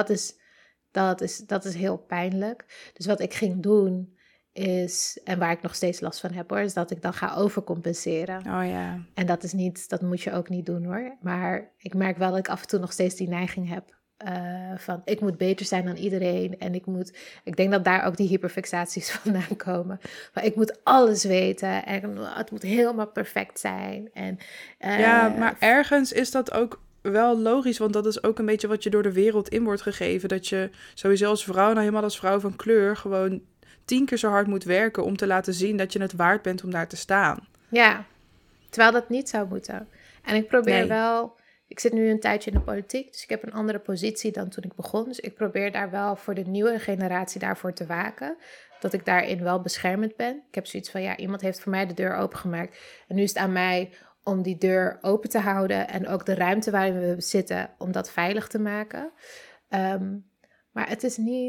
dat is heel pijnlijk. Dus wat ik ging doen is, en waar ik nog steeds last van heb hoor, is dat ik dan ga overcompenseren. Oh ja. En dat moet je ook niet doen hoor. Maar ik merk wel dat ik af en toe nog steeds die neiging heb. Van ik moet beter zijn dan iedereen. En ik denk dat daar ook die hyperfixaties vandaan komen. Maar ik moet alles weten. En het moet helemaal perfect zijn. Ja, maar ergens is dat ook wel logisch. Want dat is ook een beetje wat je door de wereld in wordt gegeven. Dat je sowieso als vrouw, nou helemaal als vrouw van kleur, gewoon 10 keer zo hard moet werken om te laten zien dat je het waard bent om daar te staan. Ja, terwijl dat niet zou moeten. En ik probeer wel. Ik zit nu een tijdje in de politiek, dus ik heb een andere positie dan toen ik begon. Dus ik probeer daar wel voor de nieuwe generatie daarvoor te waken. Dat ik daarin wel beschermend ben. Ik heb zoiets van, ja, iemand heeft voor mij de deur opengemaakt. En nu is het aan mij om die deur open te houden. En ook de ruimte waarin we zitten, om dat veilig te maken. Maar het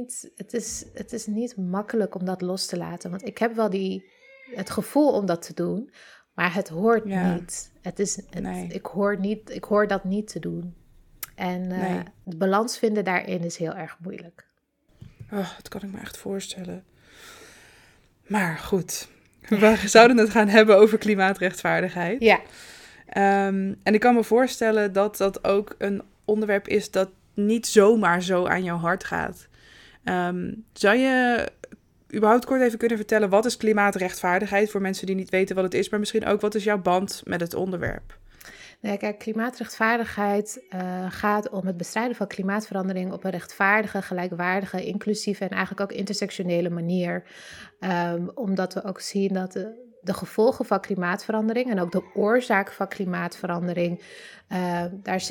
is niet makkelijk om dat los te laten. Want ik heb wel het gevoel om dat te doen. Maar het hoort niet. Ik hoor dat niet te doen. En de balans vinden daarin is heel erg moeilijk. Oh, dat kan ik me echt voorstellen. Maar goed, we zouden het gaan hebben over klimaatrechtvaardigheid. Ja. En ik kan me voorstellen dat dat ook een onderwerp is dat niet zomaar zo aan jouw hart gaat. Zou je überhaupt kort even kunnen vertellen, wat is klimaatrechtvaardigheid voor mensen die niet weten wat het is, maar misschien ook wat is jouw band met het onderwerp? Nee, kijk, klimaatrechtvaardigheid gaat om het bestrijden van klimaatverandering op een rechtvaardige, gelijkwaardige, inclusieve en eigenlijk ook intersectionele manier. Omdat we ook zien dat de gevolgen van klimaatverandering en ook de oorzaak van klimaatverandering, daar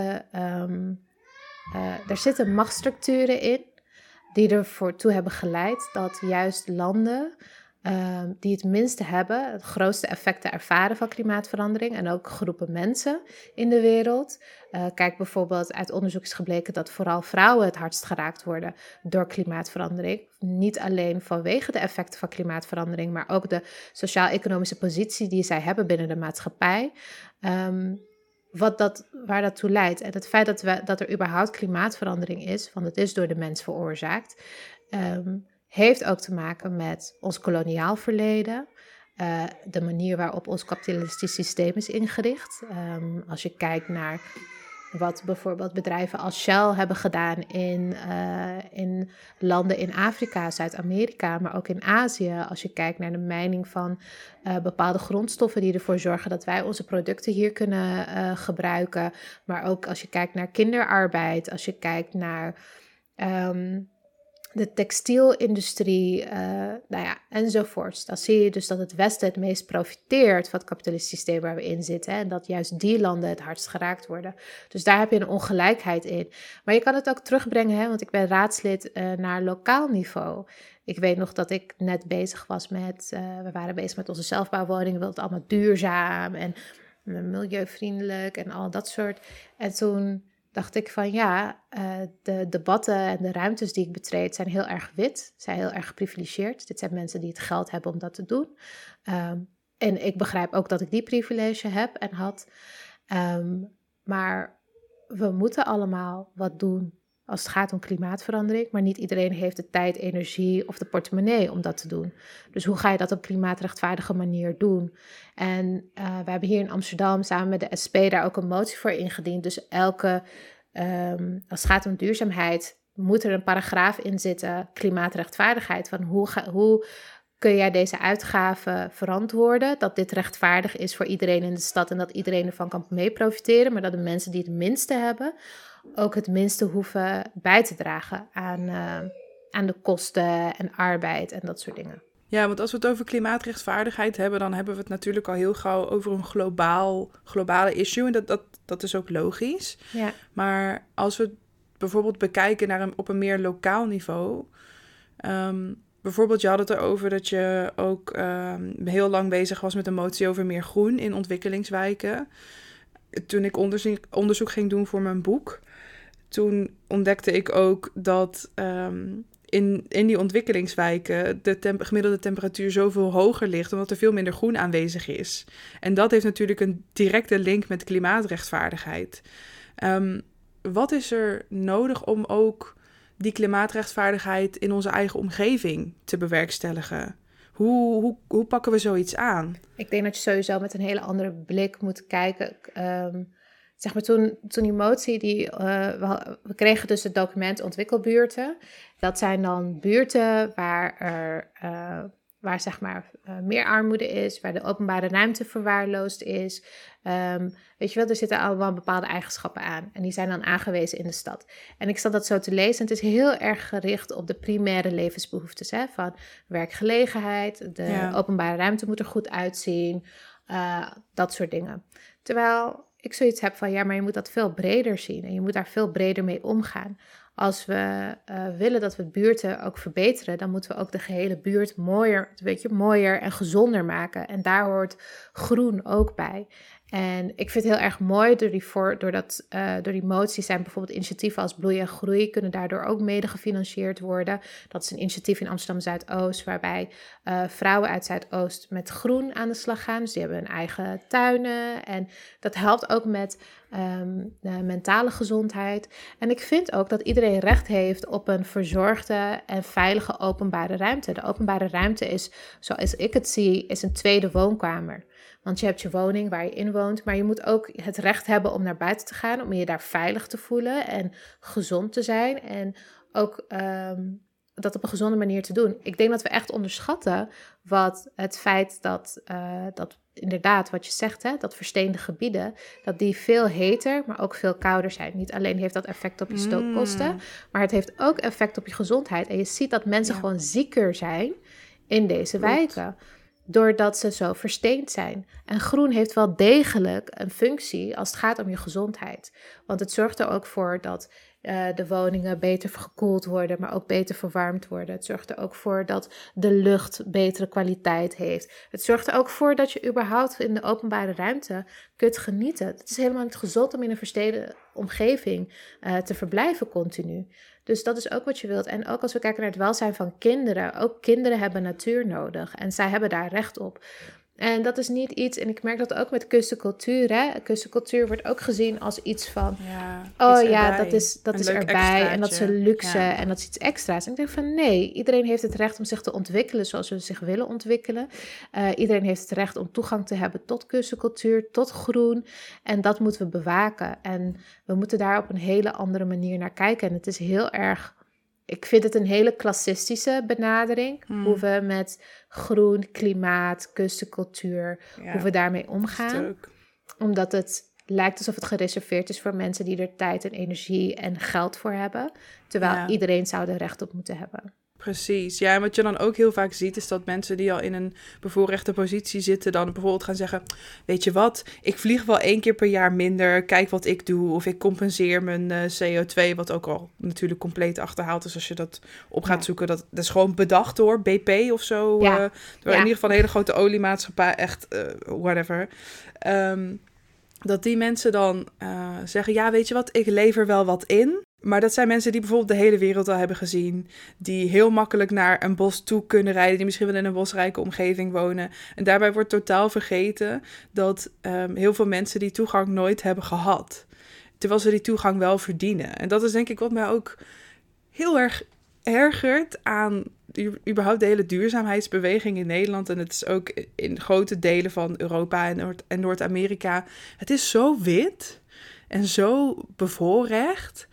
zitten machtsstructuren in die ervoor toe hebben geleid dat juist landen die het minste hebben, het grootste effecten ervaren van klimaatverandering en ook groepen mensen in de wereld. Kijk bijvoorbeeld, uit onderzoek is gebleken dat vooral vrouwen het hardst geraakt worden door klimaatverandering. Niet alleen vanwege de effecten van klimaatverandering, maar ook de sociaal-economische positie die zij hebben binnen de maatschappij. Waar dat toe leidt. En het feit dat er überhaupt klimaatverandering is, want het is door de mens veroorzaakt, heeft ook te maken met ons koloniaal verleden. de manier waarop ons kapitalistisch systeem is ingericht. Als je kijkt naar wat bijvoorbeeld bedrijven als Shell hebben gedaan in landen in Afrika, Zuid-Amerika, maar ook in Azië. Als je kijkt naar de mijning van bepaalde grondstoffen die ervoor zorgen dat wij onze producten hier kunnen gebruiken. Maar ook als je kijkt naar kinderarbeid, als je kijkt naar de textielindustrie, enzovoorts. Dan zie je dus dat het Westen het meest profiteert van het kapitalistische systeem waar we in zitten. En dat juist die landen het hardst geraakt worden. Dus daar heb je een ongelijkheid in. Maar je kan het ook terugbrengen, want ik ben raadslid naar lokaal niveau. Ik weet nog dat ik net bezig was we waren bezig met onze zelfbouwwoningen. We wilden het allemaal duurzaam en milieuvriendelijk en al dat soort. En toen dacht ik van de debatten en de ruimtes die ik betreed zijn heel erg wit, zijn heel erg geprivilegeerd. Dit zijn mensen die het geld hebben om dat te doen. En ik begrijp ook dat ik die privilege heb en had. Maar we moeten allemaal wat doen als het gaat om klimaatverandering. Maar niet iedereen heeft de tijd, energie of de portemonnee om dat te doen. Dus hoe ga je dat op klimaatrechtvaardige manier doen? En we hebben hier in Amsterdam samen met de SP daar ook een motie voor ingediend. Dus als het gaat om duurzaamheid, moet er een paragraaf in zitten, klimaatrechtvaardigheid. Van hoe kun jij deze uitgaven verantwoorden, dat dit rechtvaardig is voor iedereen in de stad en dat iedereen ervan kan mee profiteren, maar dat de mensen die het minste hebben ook het minste hoeven bij te dragen aan de kosten en arbeid en dat soort dingen. Ja, want als we het over klimaatrechtvaardigheid hebben, dan hebben we het natuurlijk al heel gauw over een globale issue. En dat is ook logisch. Ja. Maar als we het bijvoorbeeld bekijken op een meer lokaal niveau. Bijvoorbeeld, je had het erover dat je ook heel lang bezig was met een motie over meer groen in ontwikkelingswijken. Toen ik onderzoek ging doen voor mijn boek, toen ontdekte ik ook dat in die ontwikkelingswijken de gemiddelde temperatuur zoveel hoger ligt, omdat er veel minder groen aanwezig is. En dat heeft natuurlijk een directe link met klimaatrechtvaardigheid. Wat is er nodig om ook die klimaatrechtvaardigheid in onze eigen omgeving te bewerkstelligen? Hoe pakken we zoiets aan? Ik denk dat je sowieso met een hele andere blik moet kijken. Zeg maar toen die motie, we kregen dus het document ontwikkelbuurten. Dat zijn dan buurten waar zeg maar meer armoede is, waar de openbare ruimte verwaarloosd is. Weet je wel, er zitten allemaal bepaalde eigenschappen aan. En die zijn dan aangewezen in de stad. En ik zat dat zo te lezen en het is heel erg gericht op de primaire levensbehoeftes. Van werkgelegenheid, de openbare ruimte moet er goed uitzien, dat soort dingen. Terwijl ik zoiets heb van, maar je moet dat veel breder zien en je moet daar veel breder mee omgaan. Als we willen dat we buurten ook verbeteren, dan moeten we ook de gehele buurt mooier en gezonder maken. En daar hoort groen ook bij. En ik vind het heel erg mooi, door die motie zijn bijvoorbeeld initiatieven als Bloei en Groei kunnen daardoor ook mede gefinancierd worden. Dat is een initiatief in Amsterdam Zuidoost, waarbij vrouwen uit Zuidoost met groen aan de slag gaan. Dus die hebben hun eigen tuinen en dat helpt ook met de mentale gezondheid. En ik vind ook dat iedereen recht heeft op een verzorgde en veilige openbare ruimte. De openbare ruimte is, zoals ik het zie, is een tweede woonkamer. Want je hebt je woning waar je in woont, maar je moet ook het recht hebben om naar buiten te gaan, om je daar veilig te voelen en gezond te zijn en ook dat op een gezonde manier te doen. Ik denk dat we echt onderschatten wat het feit dat inderdaad, wat je zegt, dat versteende gebieden, dat die veel heter, maar ook veel kouder zijn. Niet alleen heeft dat effect op je stookkosten, maar het heeft ook effect op je gezondheid. En je ziet dat mensen gewoon zieker zijn in deze wijken, doordat ze zo versteend zijn. En groen heeft wel degelijk een functie als het gaat om je gezondheid. Want het zorgt er ook voor dat de woningen beter gekoeld worden, maar ook beter verwarmd worden. Het zorgt er ook voor dat de lucht betere kwaliteit heeft. Het zorgt er ook voor dat je überhaupt in de openbare ruimte kunt genieten. Het is helemaal niet gezond om in een versteden omgeving te verblijven continu. Dus dat is ook wat je wilt. En ook als we kijken naar het welzijn van kinderen, ook kinderen hebben natuur nodig. En zij hebben daar recht op. En dat is niet iets, en ik merk dat ook met kussencultuur. Hè? Kussencultuur wordt ook gezien als iets van, dat is erbij. En dat is een luxe en dat is iets extra's. En ik denk van nee, iedereen heeft het recht om zich te ontwikkelen zoals we zich willen ontwikkelen. Iedereen heeft het recht om toegang te hebben tot kussencultuur, tot groen. En dat moeten we bewaken. En we moeten daar op een hele andere manier naar kijken. En het is heel erg... Ik vind het een hele klassistische benadering. Hoe we met groen, klimaat, kussencultuur, hoe we daarmee omgaan. Omdat het lijkt alsof het gereserveerd is voor mensen die er tijd en energie en geld voor hebben. Terwijl iedereen zou er recht op moeten hebben. Precies, ja, en wat je dan ook heel vaak ziet is dat mensen die al in een bevoorrechte positie zitten dan bijvoorbeeld gaan zeggen, weet je wat, ik vlieg wel 1 keer per jaar minder, kijk wat ik doe, of ik compenseer mijn CO2, wat ook al natuurlijk compleet achterhaald is als je dat op gaat zoeken. Dat is gewoon bedacht door BP of zo, door in ieder geval een hele grote oliemaatschappij, echt whatever. Dat die mensen dan zeggen, ja, weet je wat, ik lever wel wat in. Maar dat zijn mensen die bijvoorbeeld de hele wereld al hebben gezien. Die heel makkelijk naar een bos toe kunnen rijden. Die misschien wel in een bosrijke omgeving wonen. En daarbij wordt totaal vergeten dat heel veel mensen die toegang nooit hebben gehad. Terwijl ze die toegang wel verdienen. En dat is denk ik wat mij ook heel erg ergert aan überhaupt de hele duurzaamheidsbeweging in Nederland. En het is ook in grote delen van Europa en Noord-Amerika. Het is zo wit en zo bevoorrecht.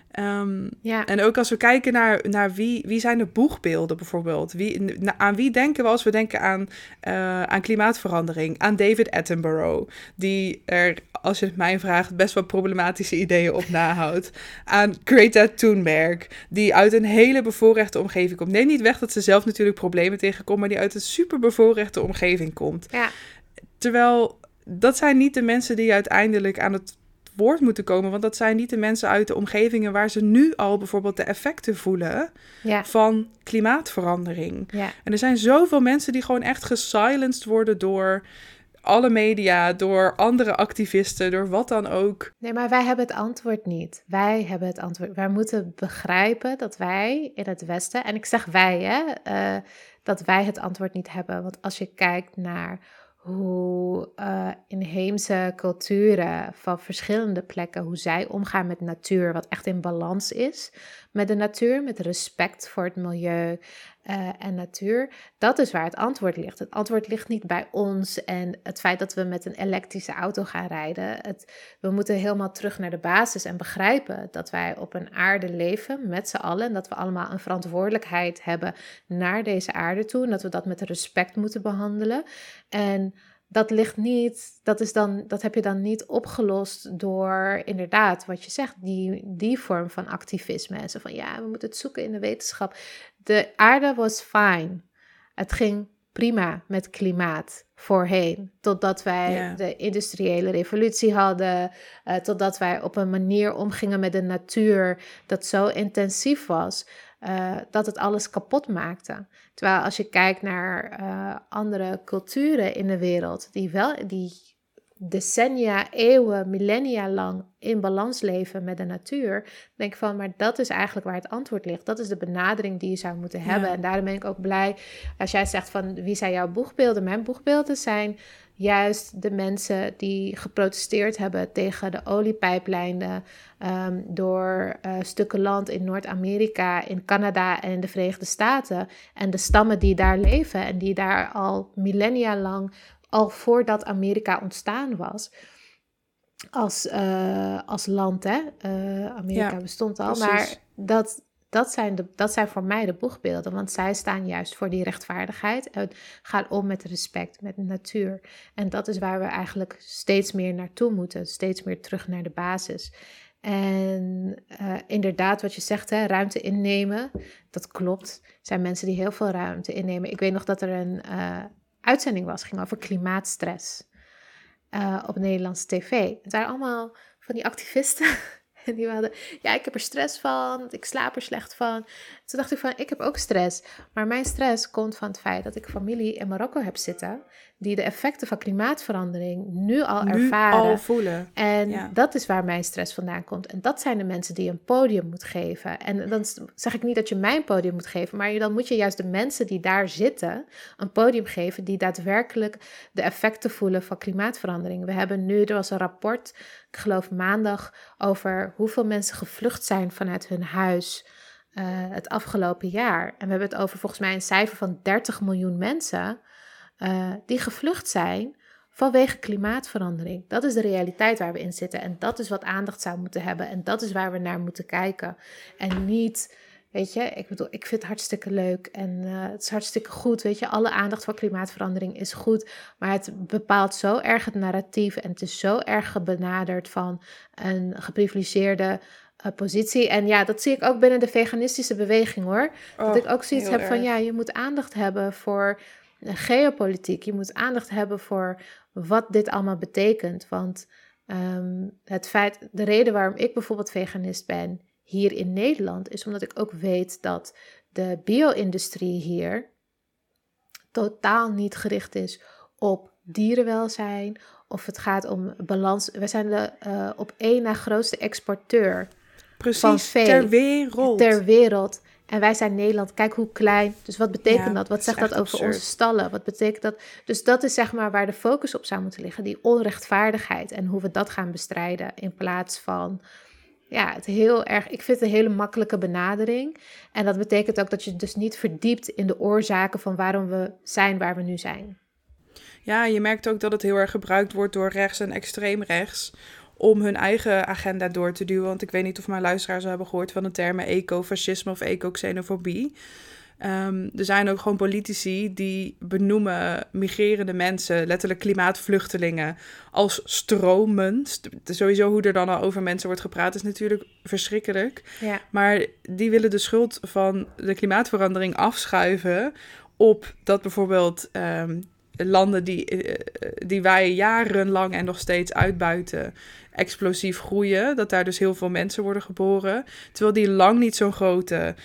En ook als we kijken naar wie zijn de boegbeelden bijvoorbeeld. Aan wie denken we als we denken aan klimaatverandering? Aan David Attenborough, die er, als je het mij vraagt, best wel problematische ideeën op nahoudt. Aan Greta Thunberg, die uit een hele bevoorrechte omgeving komt. Neem niet weg dat ze zelf natuurlijk problemen tegenkomt, maar die uit een super bevoorrechte omgeving komt. Ja. Terwijl, dat zijn niet de mensen die uiteindelijk aan het woord moeten komen, want dat zijn niet de mensen uit de omgevingen waar ze nu al bijvoorbeeld de effecten voelen van klimaatverandering. Ja. En er zijn zoveel mensen die gewoon echt gesilenced worden door alle media, door andere activisten, door wat dan ook. Nee, maar wij hebben het antwoord niet. Wij hebben het antwoord. Wij moeten begrijpen dat wij in het Westen, en ik zeg wij, dat wij het antwoord niet hebben. Want als je kijkt naar hoe inheemse culturen van verschillende plekken, hoe zij omgaan met natuur, wat echt in balans is met de natuur, met respect voor het milieu en natuur. Dat is waar het antwoord ligt. Het antwoord ligt niet bij ons en het feit dat we met een elektrische auto gaan rijden. We moeten helemaal terug naar de basis en begrijpen dat wij op een aarde leven met z'n allen en dat we allemaal een verantwoordelijkheid hebben naar deze aarde toe en dat we dat met respect moeten behandelen. En dat ligt niet, dat heb je dan niet opgelost door inderdaad wat je zegt, die vorm van activisme. En zo van ja, we moeten het zoeken in de wetenschap. De aarde was fine. Het ging prima met klimaat voorheen. Totdat wij de industriële revolutie hadden. Totdat wij op een manier omgingen met de natuur dat zo intensief was. Dat het alles kapot maakte. Terwijl als je kijkt naar andere culturen in de wereld, die decennia, eeuwen, millennia lang in balans leven met de natuur, denk ik van, maar dat is eigenlijk waar het antwoord ligt. Dat is de benadering die je zou moeten hebben. En daarom ben ik ook blij als jij zegt van, wie zijn jouw boegbeelden? Mijn boegbeelden zijn juist de mensen die geprotesteerd hebben tegen de oliepijplijnen door stukken land in Noord-Amerika, in Canada en in de Verenigde Staten. En de stammen die daar leven en die daar al millennia lang, al voordat Amerika ontstaan was, als land, hè. Amerika bestond al, precies. Maar dat zijn voor mij de boegbeelden, want zij staan juist voor die rechtvaardigheid en gaan om met respect, met de natuur. En dat is waar we eigenlijk steeds meer naartoe moeten, steeds meer terug naar de basis. En inderdaad, wat je zegt, hè, ruimte innemen, dat klopt. Er zijn mensen die heel veel ruimte innemen. Ik weet nog dat er een uitzending was, ging over klimaatstress op Nederlandse tv. Het waren allemaal van die activisten. En die hadden, ja, ik heb er stress van, ik slaap er slecht van. Toen dacht ik van, ik heb ook stress. Maar mijn stress komt van het feit dat ik familie in Marokko heb zitten, die de effecten van klimaatverandering nu al ervaren. Al voelen. En dat is waar mijn stress vandaan komt. En dat zijn de mensen die je een podium moet geven. En dan zeg ik niet dat je mij een podium moet geven, maar dan moet je juist de mensen die daar zitten een podium geven die daadwerkelijk de effecten voelen van klimaatverandering. We hebben nu, er was een rapport, ik geloof maandag, over hoeveel mensen gevlucht zijn vanuit hun huis het afgelopen jaar. En we hebben het over volgens mij een cijfer van 30 miljoen mensen die gevlucht zijn vanwege klimaatverandering. Dat is de realiteit waar we in zitten. En dat is wat aandacht zou moeten hebben. En dat is waar we naar moeten kijken. En niet, weet je, ik bedoel, ik vind het hartstikke leuk. En het is hartstikke goed, weet je. Alle aandacht voor klimaatverandering is goed. Maar het bepaalt zo erg het narratief. En het is zo erg benaderd van een geprivilegeerde positie. En ja, dat zie ik ook binnen de veganistische beweging, hoor. Dat ik ook zoiets heb van, ja, je moet aandacht hebben voor geopolitiek. Je moet aandacht hebben voor wat dit allemaal betekent. Want de reden waarom ik bijvoorbeeld veganist ben hier in Nederland, is omdat ik ook weet dat de bio-industrie hier totaal niet gericht is op dierenwelzijn, of het gaat om balans. We zijn de op één na grootste exporteur van vee ter wereld. En wij zijn Nederland, kijk hoe klein. Dus wat betekent dat? Wat zegt dat over absurd. Onze stallen? Wat betekent dat? Dus dat is zeg maar waar de focus op zou moeten liggen. Die onrechtvaardigheid en hoe we dat gaan bestrijden. In plaats van, het heel erg. Ik vind het een hele makkelijke benadering. En dat betekent ook dat je dus niet verdiept in de oorzaken van waarom we zijn waar we nu zijn. Ja, je merkt ook dat het heel erg gebruikt wordt door rechts en extreem rechts om hun eigen agenda door te duwen. Want ik weet niet of mijn luisteraars hebben gehoord van de termen ecofascisme of ecoxenofobie. Er zijn ook gewoon politici die benoemen migrerende mensen, letterlijk klimaatvluchtelingen, als stromen. Sowieso hoe er dan al over mensen wordt gepraat is natuurlijk verschrikkelijk. Ja. Maar die willen de schuld van de klimaatverandering afschuiven op dat bijvoorbeeld landen die wij jarenlang en nog steeds uitbuiten, explosief groeien, dat daar dus heel veel mensen worden geboren, terwijl die lang niet zo'n grote,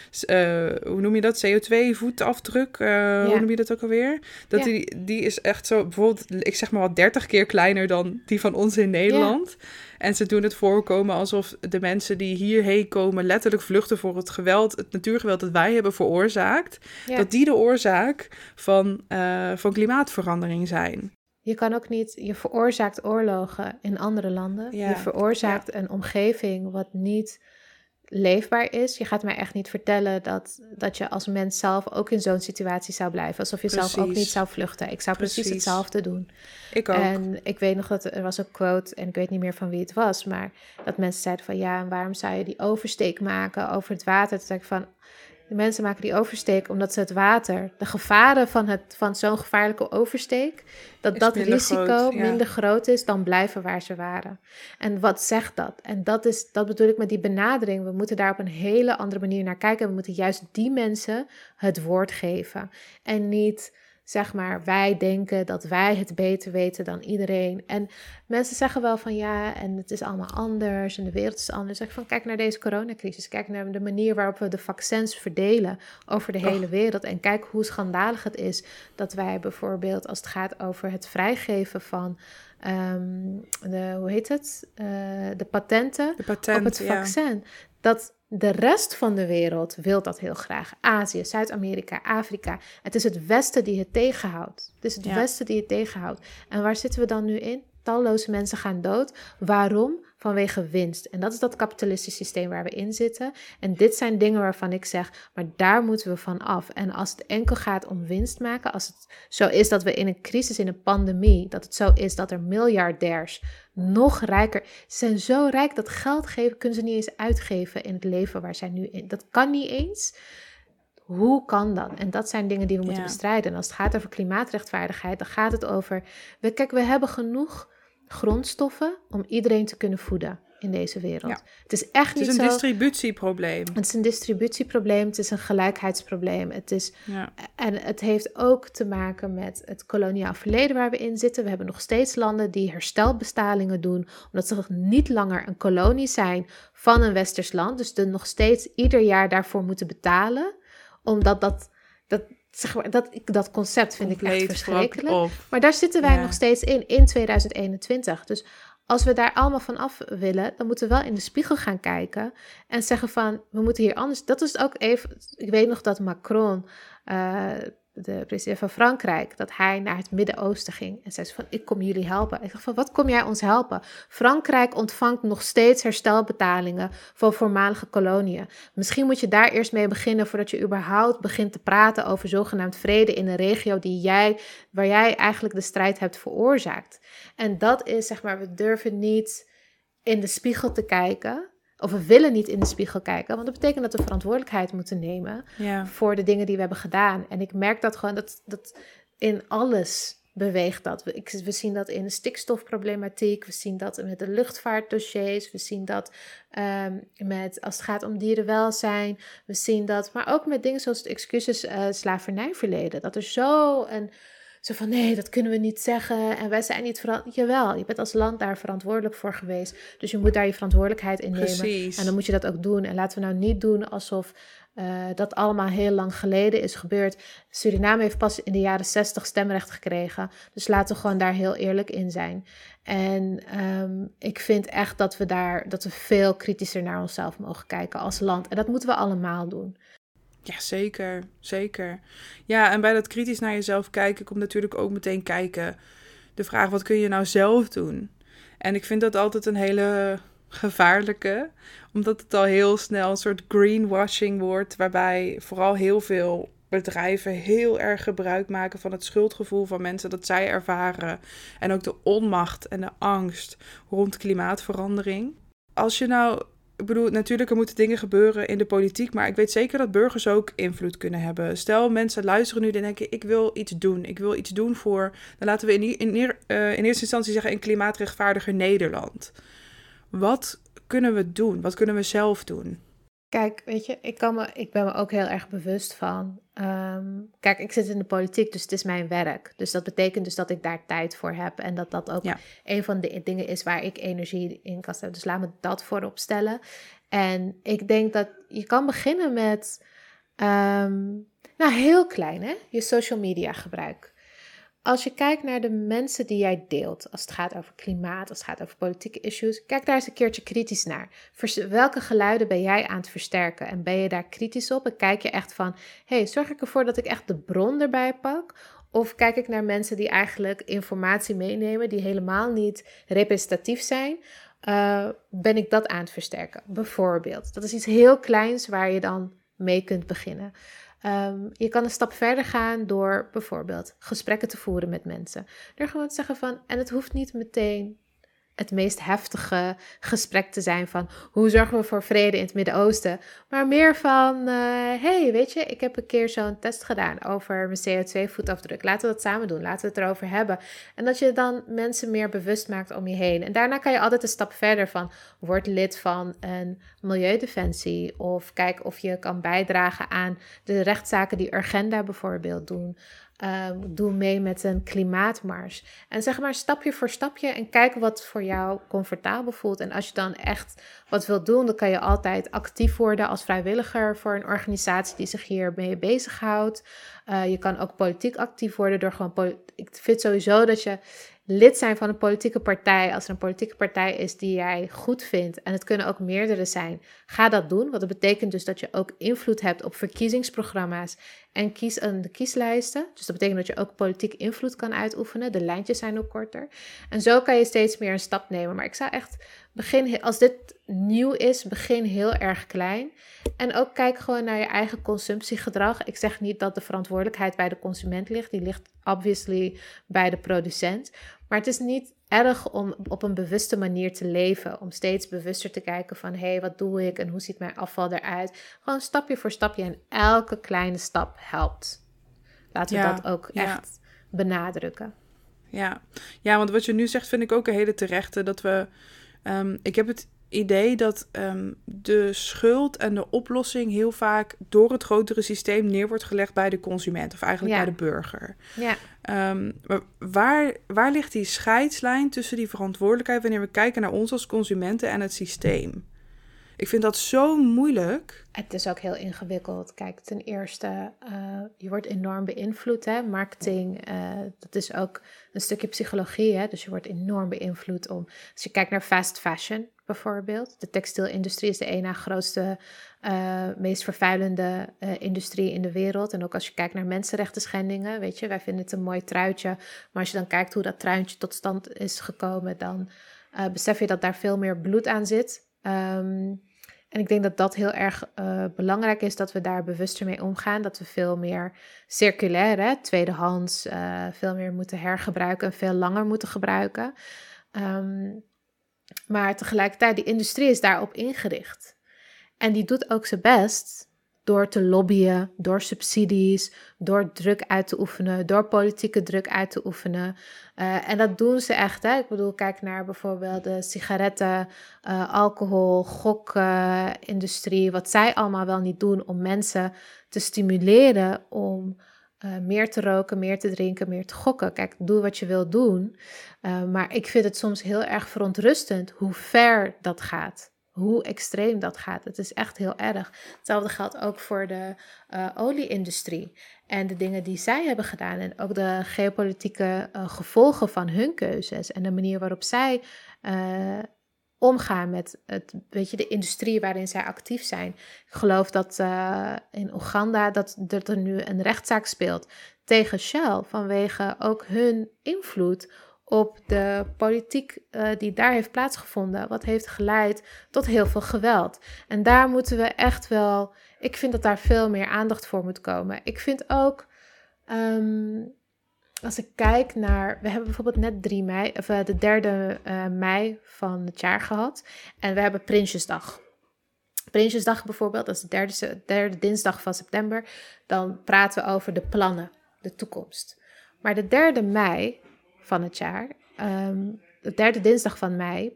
hoe noem je dat, CO2-voetafdruk, hoe noem je dat ook alweer? Dat die is echt zo, bijvoorbeeld, ik zeg maar wat 30 keer kleiner dan die van ons in Nederland. Ja. En ze doen het voorkomen alsof de mensen die hierheen komen letterlijk vluchten voor het geweld, het natuurgeweld dat wij hebben veroorzaakt, dat die de oorzaak van klimaatverandering zijn. Je kan ook niet, je veroorzaakt oorlogen in andere landen. Ja. Je veroorzaakt een omgeving wat niet leefbaar is. Je gaat mij echt niet vertellen dat je als mens zelf ook in zo'n situatie zou blijven. Alsof je zelf ook niet zou vluchten. Ik zou precies hetzelfde doen. Ik ook. En ik weet nog dat er was een quote, en ik weet niet meer van wie het was, maar dat mensen zeiden van ja, en waarom zou je die oversteek maken over het water? Toen zei ik van, de mensen maken die oversteek omdat ze het water, de gevaren van zo'n gevaarlijke oversteek, dat risico minder groot is dan blijven waar ze waren. En wat zegt dat? En dat bedoel ik met die benadering. We moeten daar op een hele andere manier naar kijken. We moeten juist die mensen het woord geven. En niet, zeg maar, wij denken dat wij het beter weten dan iedereen. En mensen zeggen wel van ja, en het is allemaal anders en de wereld is anders. Zeg ik van, kijk naar deze coronacrisis. Kijk naar de manier waarop we de vaccins verdelen over de hele wereld. En kijk hoe schandalig het is dat wij bijvoorbeeld, als het gaat over het vrijgeven van de patenten op het vaccin. Dat de rest van de wereld wil dat heel graag. Azië, Zuid-Amerika, Afrika. Het is het Westen die het tegenhoudt. Westen die het tegenhoudt. En waar zitten we dan nu in? Talloze mensen gaan dood. Waarom? Vanwege winst. En dat is dat kapitalistische systeem waar we in zitten. En dit zijn dingen waarvan ik zeg, maar daar moeten we van af. En als het enkel gaat om winst maken, als het zo is dat we in een crisis, in een pandemie, dat het zo is dat er miljardairs nog rijker, ze zijn zo rijk dat geld geven, kunnen ze niet eens uitgeven in het leven waar zij nu in. Dat kan niet eens. Hoe kan dat? En dat zijn dingen die we moeten bestrijden. En als het gaat over klimaatrechtvaardigheid, dan gaat het over, we hebben genoeg grondstoffen om iedereen te kunnen voeden in deze wereld. Ja. Het is echt niet zo. Het is een distributieprobleem. Het is een distributieprobleem, het is een gelijkheidsprobleem. En het heeft ook te maken met het koloniaal verleden waar we in zitten. We hebben nog steeds landen die herstelbestalingen doen, omdat ze niet langer een kolonie zijn van een westers land. Dus nog steeds ieder jaar daarvoor moeten betalen, omdat zeg maar, dat concept vind ik echt verschrikkelijk. Op. Maar daar zitten wij nog steeds in 2021. Dus als we daar allemaal van af willen, dan moeten we wel in de spiegel gaan kijken en zeggen van, we moeten hier anders. Dat is ook even, ik weet nog dat Macron, de president van Frankrijk, dat hij naar het Midden-Oosten ging en zei van, ik kom jullie helpen. Ik dacht van, wat kom jij ons helpen? Frankrijk ontvangt nog steeds herstelbetalingen van voormalige koloniën. Misschien moet je daar eerst mee beginnen voordat je überhaupt begint te praten over zogenaamd vrede in een regio waar jij eigenlijk de strijd hebt veroorzaakt. En dat is, zeg maar, we durven niet in de spiegel te kijken. Of we willen niet in de spiegel kijken. Want dat betekent dat we verantwoordelijkheid moeten nemen voor de dingen die we hebben gedaan. En ik merk dat gewoon, dat in alles beweegt dat. We zien dat in de stikstofproblematiek. We zien dat met de luchtvaartdossiers. We zien dat als het gaat om dierenwelzijn. We zien dat, maar ook met dingen zoals het excuses slavernijverleden. Dat er zo van, nee, dat kunnen we niet zeggen. En wij zijn niet Jawel, je bent als land daar verantwoordelijk voor geweest. Dus je moet daar je verantwoordelijkheid in nemen. Precies. En dan moet je dat ook doen. En laten we nou niet doen alsof dat allemaal heel lang geleden is gebeurd. Suriname heeft pas in de jaren 60 stemrecht gekregen. Dus laten we gewoon daar heel eerlijk in zijn. En ik vind echt dat we veel kritischer naar onszelf mogen kijken als land. En dat moeten we allemaal doen. Ja, zeker. Zeker. Ja, en bij dat kritisch naar jezelf kijken komt natuurlijk ook meteen kijken de vraag, wat kun je nou zelf doen? En ik vind dat altijd een hele gevaarlijke, omdat het al heel snel een soort greenwashing wordt, waarbij vooral heel veel bedrijven heel erg gebruik maken van het schuldgevoel van mensen dat zij ervaren. En ook de onmacht en de angst rond klimaatverandering. Als je nou... Ik bedoel, natuurlijk, er moeten dingen gebeuren in de politiek, maar ik weet zeker dat burgers ook invloed kunnen hebben. Stel, mensen luisteren nu en denken, ik wil iets doen. Ik wil iets doen voor, dan laten we in eerste instantie zeggen, een klimaatrechtvaardiger Nederland. Wat kunnen we doen? Wat kunnen we zelf doen? Kijk, weet je, ik ben me ook heel erg bewust van. Kijk, ik zit in de politiek, dus het is mijn werk. Dus dat betekent dus dat ik daar tijd voor heb. En dat ook een van de dingen is waar ik energie in kan stellen. Dus laat me dat voorop stellen. En ik denk dat je kan beginnen met, heel klein, hè? Je social media gebruik. Als je kijkt naar de mensen die jij deelt, als het gaat over klimaat, als het gaat over politieke issues, kijk daar eens een keertje kritisch naar. Welke geluiden ben jij aan het versterken? En ben je daar kritisch op? En kijk je echt van, zorg ik ervoor dat ik echt de bron erbij pak? Of kijk ik naar mensen die eigenlijk informatie meenemen, die helemaal niet representatief zijn? Ben ik dat aan het versterken? Bijvoorbeeld. Dat is iets heel kleins waar je dan mee kunt beginnen. Je kan een stap verder gaan door bijvoorbeeld gesprekken te voeren met mensen. Door gewoon te zeggen van, en het hoeft niet meteen het meest heftige gesprek te zijn van, hoe zorgen we voor vrede in het Midden-Oosten? Maar meer van, weet je, ik heb een keer zo'n test gedaan over mijn CO2-voetafdruk. Laten we dat samen doen, laten we het erover hebben. En dat je dan mensen meer bewust maakt om je heen. En daarna kan je altijd een stap verder van, word lid van een milieudefensie. Of kijk of je kan bijdragen aan de rechtszaken die Urgenda bijvoorbeeld doen. Doe mee met een klimaatmars. En zeg maar stapje voor stapje en kijk wat voor jou comfortabel voelt. En als je dan echt wat wilt doen, dan kan je altijd actief worden als vrijwilliger voor een organisatie die zich hiermee bezighoudt. Je kan ook politiek actief worden door gewoon... Ik vind sowieso dat je lid zijn van een politieke partij, als er een politieke partij is die jij goed vindt, en het kunnen ook meerdere zijn, ga dat doen. Want dat betekent dus dat je ook invloed hebt op verkiezingsprogramma's en de kieslijsten. Dus dat betekent dat je ook politiek invloed kan uitoefenen. De lijntjes zijn ook korter. En zo kan je steeds meer een stap nemen. Maar ik zou echt als dit nieuw is, begin heel erg klein. En ook kijk gewoon naar je eigen consumptiegedrag. Ik zeg niet dat de verantwoordelijkheid bij de consument ligt. Die ligt obviously bij de producent. Maar het is niet erg om op een bewuste manier te leven. Om steeds bewuster te kijken van, wat doe ik en hoe ziet mijn afval eruit? Gewoon stapje voor stapje en elke kleine stap helpt. Laten we dat ook echt benadrukken. Ja, want wat je nu zegt vind ik ook een hele terechte. Dat we, ik heb het idee dat de schuld en de oplossing heel vaak door het grotere systeem neer wordt gelegd bij de consument. Of eigenlijk bij de burger. Ja. Waar ligt die scheidslijn tussen die verantwoordelijkheid wanneer we kijken naar ons als consumenten en het systeem? Ik vind dat zo moeilijk. Het is ook heel ingewikkeld. Kijk, ten eerste, je wordt enorm beïnvloed. Hè? Marketing, dat is ook een stukje psychologie. Hè? Dus je wordt enorm beïnvloed als je kijkt naar fast fashion bijvoorbeeld. De textielindustrie is de ene grootste, meest vervuilende industrie in de wereld. En ook als je kijkt naar mensenrechten schendingen, weet je, wij vinden het een mooi truitje. Maar als je dan kijkt hoe dat truitje tot stand is gekomen, dan besef je dat daar veel meer bloed aan zit. En ik denk dat dat heel erg belangrijk is, dat we daar bewuster mee omgaan. Dat we veel meer circulair, hè, tweedehands, veel meer moeten hergebruiken en veel langer moeten gebruiken. Maar tegelijkertijd, die industrie is daarop ingericht. En die doet ook zijn best door te lobbyen, door subsidies, door druk uit te oefenen, door politieke druk uit te oefenen. En dat doen ze echt. Hè? Ik bedoel, kijk naar bijvoorbeeld de sigaretten, alcohol, gokindustrie. Wat zij allemaal wel niet doen om mensen te stimuleren om meer te roken, meer te drinken, meer te gokken. Kijk, doe wat je wil doen. Maar ik vind het soms heel erg verontrustend hoe ver dat gaat. Hoe extreem dat gaat. Het is echt heel erg. Hetzelfde geldt ook voor de olie-industrie. En de dingen die zij hebben gedaan. En ook de geopolitieke gevolgen van hun keuzes. En de manier waarop zij omgaan met de industrie waarin zij actief zijn. Ik geloof dat in Oeganda dat er nu een rechtszaak speelt tegen Shell. Vanwege ook hun invloed op de politiek die daar heeft plaatsgevonden, wat heeft geleid tot heel veel geweld. En daar moeten we echt wel, ik vind dat daar veel meer aandacht voor moet komen. Ik vind ook, als ik kijk naar, we hebben bijvoorbeeld net de 3 mei van het jaar gehad. En we hebben Prinsjesdag. Prinsjesdag bijvoorbeeld, dat is de derde dinsdag van september. Dan praten we over de plannen, de toekomst. Maar de 3 mei van het jaar, de derde dinsdag van mei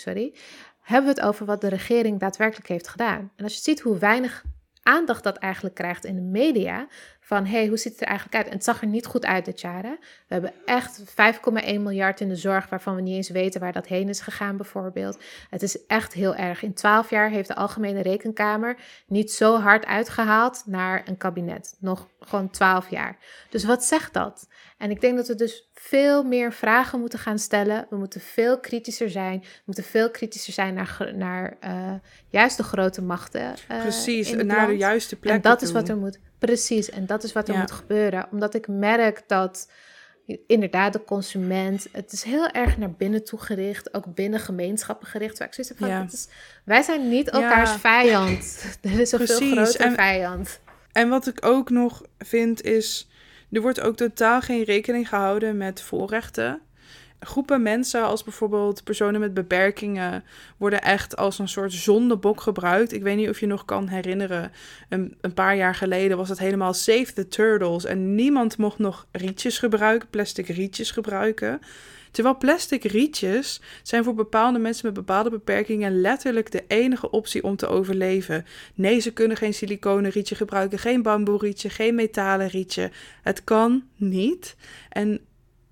hebben we het over wat de regering daadwerkelijk heeft gedaan. En als je ziet hoe weinig aandacht dat eigenlijk krijgt in de media, van hoe ziet het er eigenlijk uit? En het zag er niet goed uit dit jaar. Hè? We hebben echt 5,1 miljard in de zorg, waarvan we niet eens weten waar dat heen is gegaan bijvoorbeeld. Het is echt heel erg. In 12 jaar heeft de Algemene Rekenkamer niet zo hard uitgehaald naar een kabinet. Nog gewoon 12 jaar. Dus wat zegt dat? En ik denk dat we dus veel meer vragen moeten gaan stellen. We moeten veel kritischer zijn. We moeten veel kritischer zijn naar juist de grote machten. Precies, in het naar land. de juiste plek. En dat is wat er moet. Precies, en dat is wat er moet gebeuren. Omdat ik merk dat inderdaad de consument, het is heel erg naar binnen toe gericht, ook binnen gemeenschappen gericht. Waar ik zoiets heb van, wij zijn niet elkaars vijand. Er is een veel grotere vijand. En wat ik ook nog vind is, er wordt ook totaal geen rekening gehouden met voorrechten. Groepen mensen, als bijvoorbeeld personen met beperkingen, worden echt als een soort zondebok gebruikt. Ik weet niet of je nog kan herinneren, een paar jaar geleden was het helemaal Save the Turtles. En niemand mocht nog rietjes gebruiken, plastic rietjes gebruiken. Terwijl plastic rietjes zijn voor bepaalde mensen met bepaalde beperkingen letterlijk de enige optie om te overleven. Nee, ze kunnen geen siliconen rietje gebruiken, geen bamboe rietje, geen metalen rietje. Het kan niet. En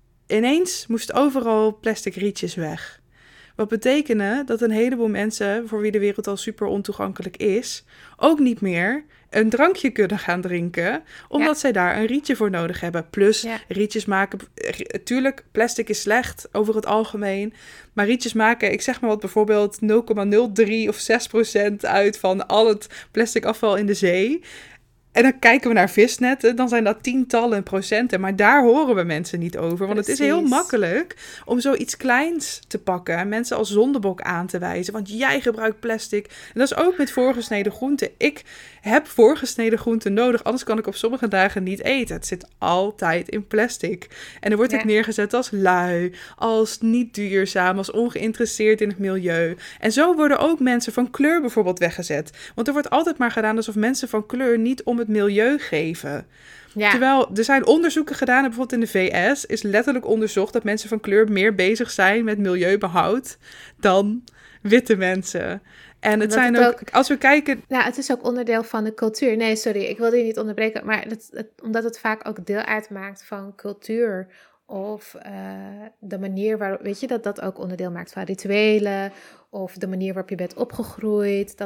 ineens moest overal plastic rietjes weg. Wat betekende dat een heleboel mensen, voor wie de wereld al super ontoegankelijk is, ook niet meer een drankje kunnen gaan drinken, omdat zij daar een rietje voor nodig hebben. Plus, rietjes maken, tuurlijk, plastic is slecht over het algemeen, maar rietjes maken, ik zeg maar wat, bijvoorbeeld 0,03 of 6% uit van al het plastic afval in de zee. En dan kijken we naar visnetten, dan zijn dat tientallen procenten. Maar daar horen we mensen niet over. Want het is heel makkelijk om zoiets kleins te pakken en mensen als zondebok aan te wijzen. Want jij gebruikt plastic. En dat is ook met voorgesneden groenten. Ik heb voorgesneden groenten nodig, anders kan ik op sommige dagen niet eten. Het zit altijd in plastic. En dan wordt het neergezet als lui, als niet duurzaam, als ongeïnteresseerd in het milieu. En zo worden ook mensen van kleur bijvoorbeeld weggezet. Want er wordt altijd maar gedaan alsof mensen van kleur niet om het milieu geven. Ja. Terwijl er zijn onderzoeken gedaan, bijvoorbeeld in de VS is letterlijk onderzocht dat mensen van kleur meer bezig zijn met milieubehoud dan witte mensen. En het zijn ook, als we kijken... Nou, het is ook onderdeel van de cultuur. Nee, sorry, ik wilde je niet onderbreken, maar omdat het vaak ook deel uitmaakt van cultuur of de manier waarop, weet je, dat ook onderdeel maakt van rituelen, of de manier waarop je bent opgegroeid,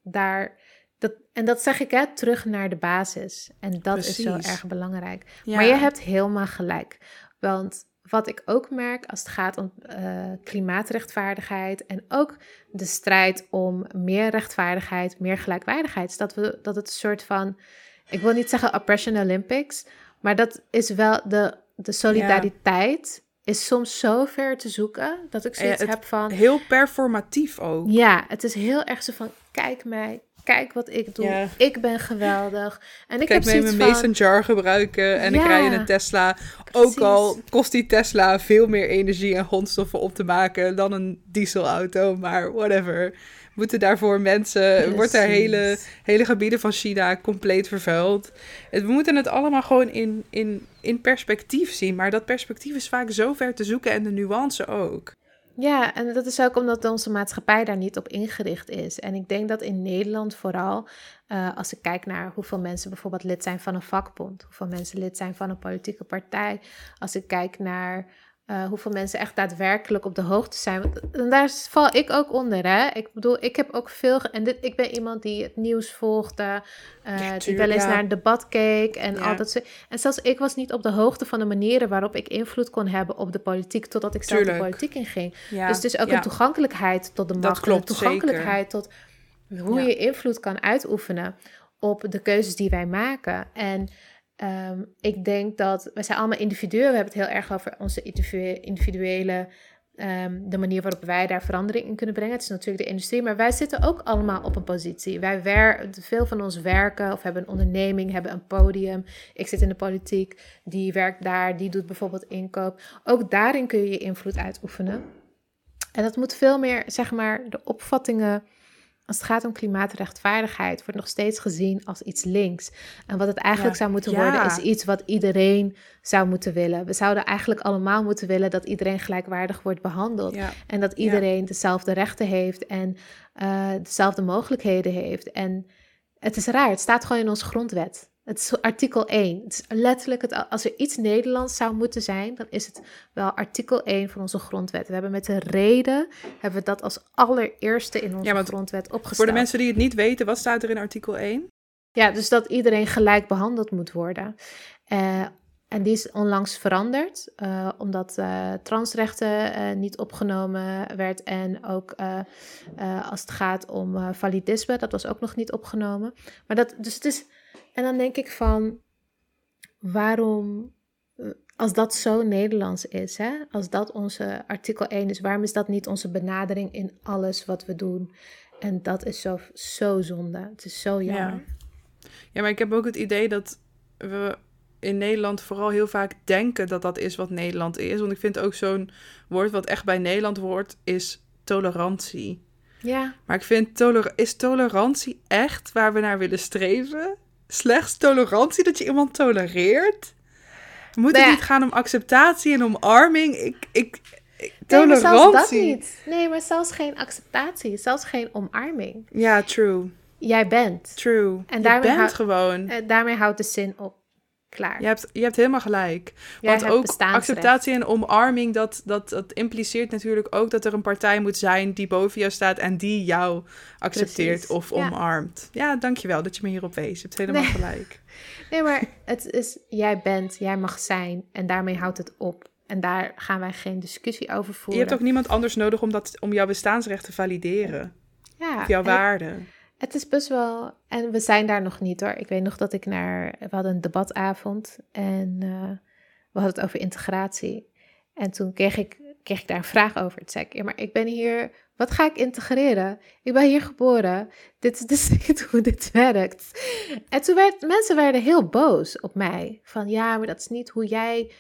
en dat zeg ik, terug naar de basis. En dat is zo erg belangrijk. Ja. Maar je hebt helemaal gelijk. Want wat ik ook merk als het gaat om klimaatrechtvaardigheid en ook de strijd om meer rechtvaardigheid, meer gelijkwaardigheid, is dat het een soort van, ik wil niet zeggen Oppression Olympics, maar dat is wel de solidariteit is soms zo ver te zoeken dat ik zoiets heb van, heel performatief ook. Ja, het is heel erg zo van, kijk mij, kijk wat ik doe. Ja. Ik ben geweldig. En ik heb mijn Messenger gebruiken en ik rij in een Tesla. Precies. Ook al kost die Tesla veel meer energie en grondstoffen op te maken dan een dieselauto, maar whatever. Moeten daarvoor mensen, wordt daar hele gebieden van China compleet vervuild. We moeten het allemaal gewoon in perspectief zien, maar dat perspectief is vaak zo ver te zoeken en de nuance ook. Ja, en dat is ook omdat onze maatschappij daar niet op ingericht is. En ik denk dat in Nederland vooral, als ik kijk naar hoeveel mensen bijvoorbeeld lid zijn van een vakbond, hoeveel mensen lid zijn van een politieke partij, als ik kijk naar hoeveel mensen echt daadwerkelijk op de hoogte zijn. En daar val ik ook onder, hè. Ik bedoel, ik heb ook veel... ik ben iemand die het nieuws volgde, die wel eens naar een debat keek en al dat soort... En zelfs ik was niet op de hoogte van de manieren waarop ik invloed kon hebben op de politiek, totdat ik zelf de politiek inging. Ja. Dus het is ook een toegankelijkheid tot de macht. Dat klopt, een toegankelijkheid tot hoe je invloed kan uitoefenen op de keuzes die wij maken. En ik denk dat, we zijn allemaal individuen, we hebben het heel erg over onze individuele, de manier waarop wij daar verandering in kunnen brengen. Het is natuurlijk de industrie, maar wij zitten ook allemaal op een positie. Veel van ons werken of hebben een onderneming, hebben een podium. Ik zit in de politiek, die werkt daar, die doet bijvoorbeeld inkoop. Ook daarin kun je je invloed uitoefenen. En dat moet veel meer, zeg maar, de opvattingen, als het gaat om klimaatrechtvaardigheid, wordt nog steeds gezien als iets links. En wat het eigenlijk zou moeten worden, is iets wat iedereen zou moeten willen. We zouden eigenlijk allemaal moeten willen dat iedereen gelijkwaardig wordt behandeld. Ja. En dat iedereen dezelfde rechten heeft en dezelfde mogelijkheden heeft. En het is raar, het staat gewoon in onze grondwet. Het is artikel 1. Het is letterlijk, als er iets Nederlands zou moeten zijn, dan is het wel artikel 1 van onze grondwet. We hebben met de reden, hebben we dat als allereerste in onze grondwet opgesteld. Voor de mensen die het niet weten, wat staat er in artikel 1? Ja, dus dat iedereen gelijk behandeld moet worden. En die is onlangs veranderd, omdat transrechten niet opgenomen werd. En ook als het gaat om validisme, dat was ook nog niet opgenomen. Maar dus het is... En dan denk ik van, waarom, als dat zo Nederlands is, hè? Als dat onze artikel 1 is, waarom is dat niet onze benadering in alles wat we doen? En dat is zo zonde. Het is zo jammer. Ja, maar ik heb ook het idee dat we in Nederland vooral heel vaak denken dat dat is wat Nederland is. Want ik vind ook zo'n woord wat echt bij Nederland hoort, is tolerantie. Ja. Maar ik vind, is tolerantie echt waar we naar willen streven? Slechts tolerantie, dat je iemand tolereert? Moet het niet gaan om acceptatie en omarming? Nee, maar zelfs dat niet. Nee, maar zelfs geen acceptatie. Zelfs geen omarming. Ja, true. Jij bent. True. En je bent gewoon. Daarmee houdt de zin op. Klaar. Je hebt helemaal gelijk. Want ook acceptatie en omarming, dat impliceert natuurlijk ook dat er een partij moet zijn die boven jou staat en die jou accepteert of omarmt. Ja, dankjewel dat je me hierop wees. Je hebt helemaal gelijk. Nee, maar het is, jij bent, jij mag zijn en daarmee houdt het op. En daar gaan wij geen discussie over voeren. Je hebt ook niemand anders nodig om jouw bestaansrecht te valideren. Ja. Of jouw waarde. Het is best wel... En we zijn daar nog niet, hoor. Ik weet nog dat we hadden een debatavond en we hadden het over integratie. En toen kreeg ik daar een vraag over. Toen zei ik, ja, maar ik ben hier... Wat ga ik integreren? Ik ben hier geboren. Dit is niet hoe dit werkt. En toen mensen werden heel boos op mij. Van, ja, maar dat is niet hoe jij...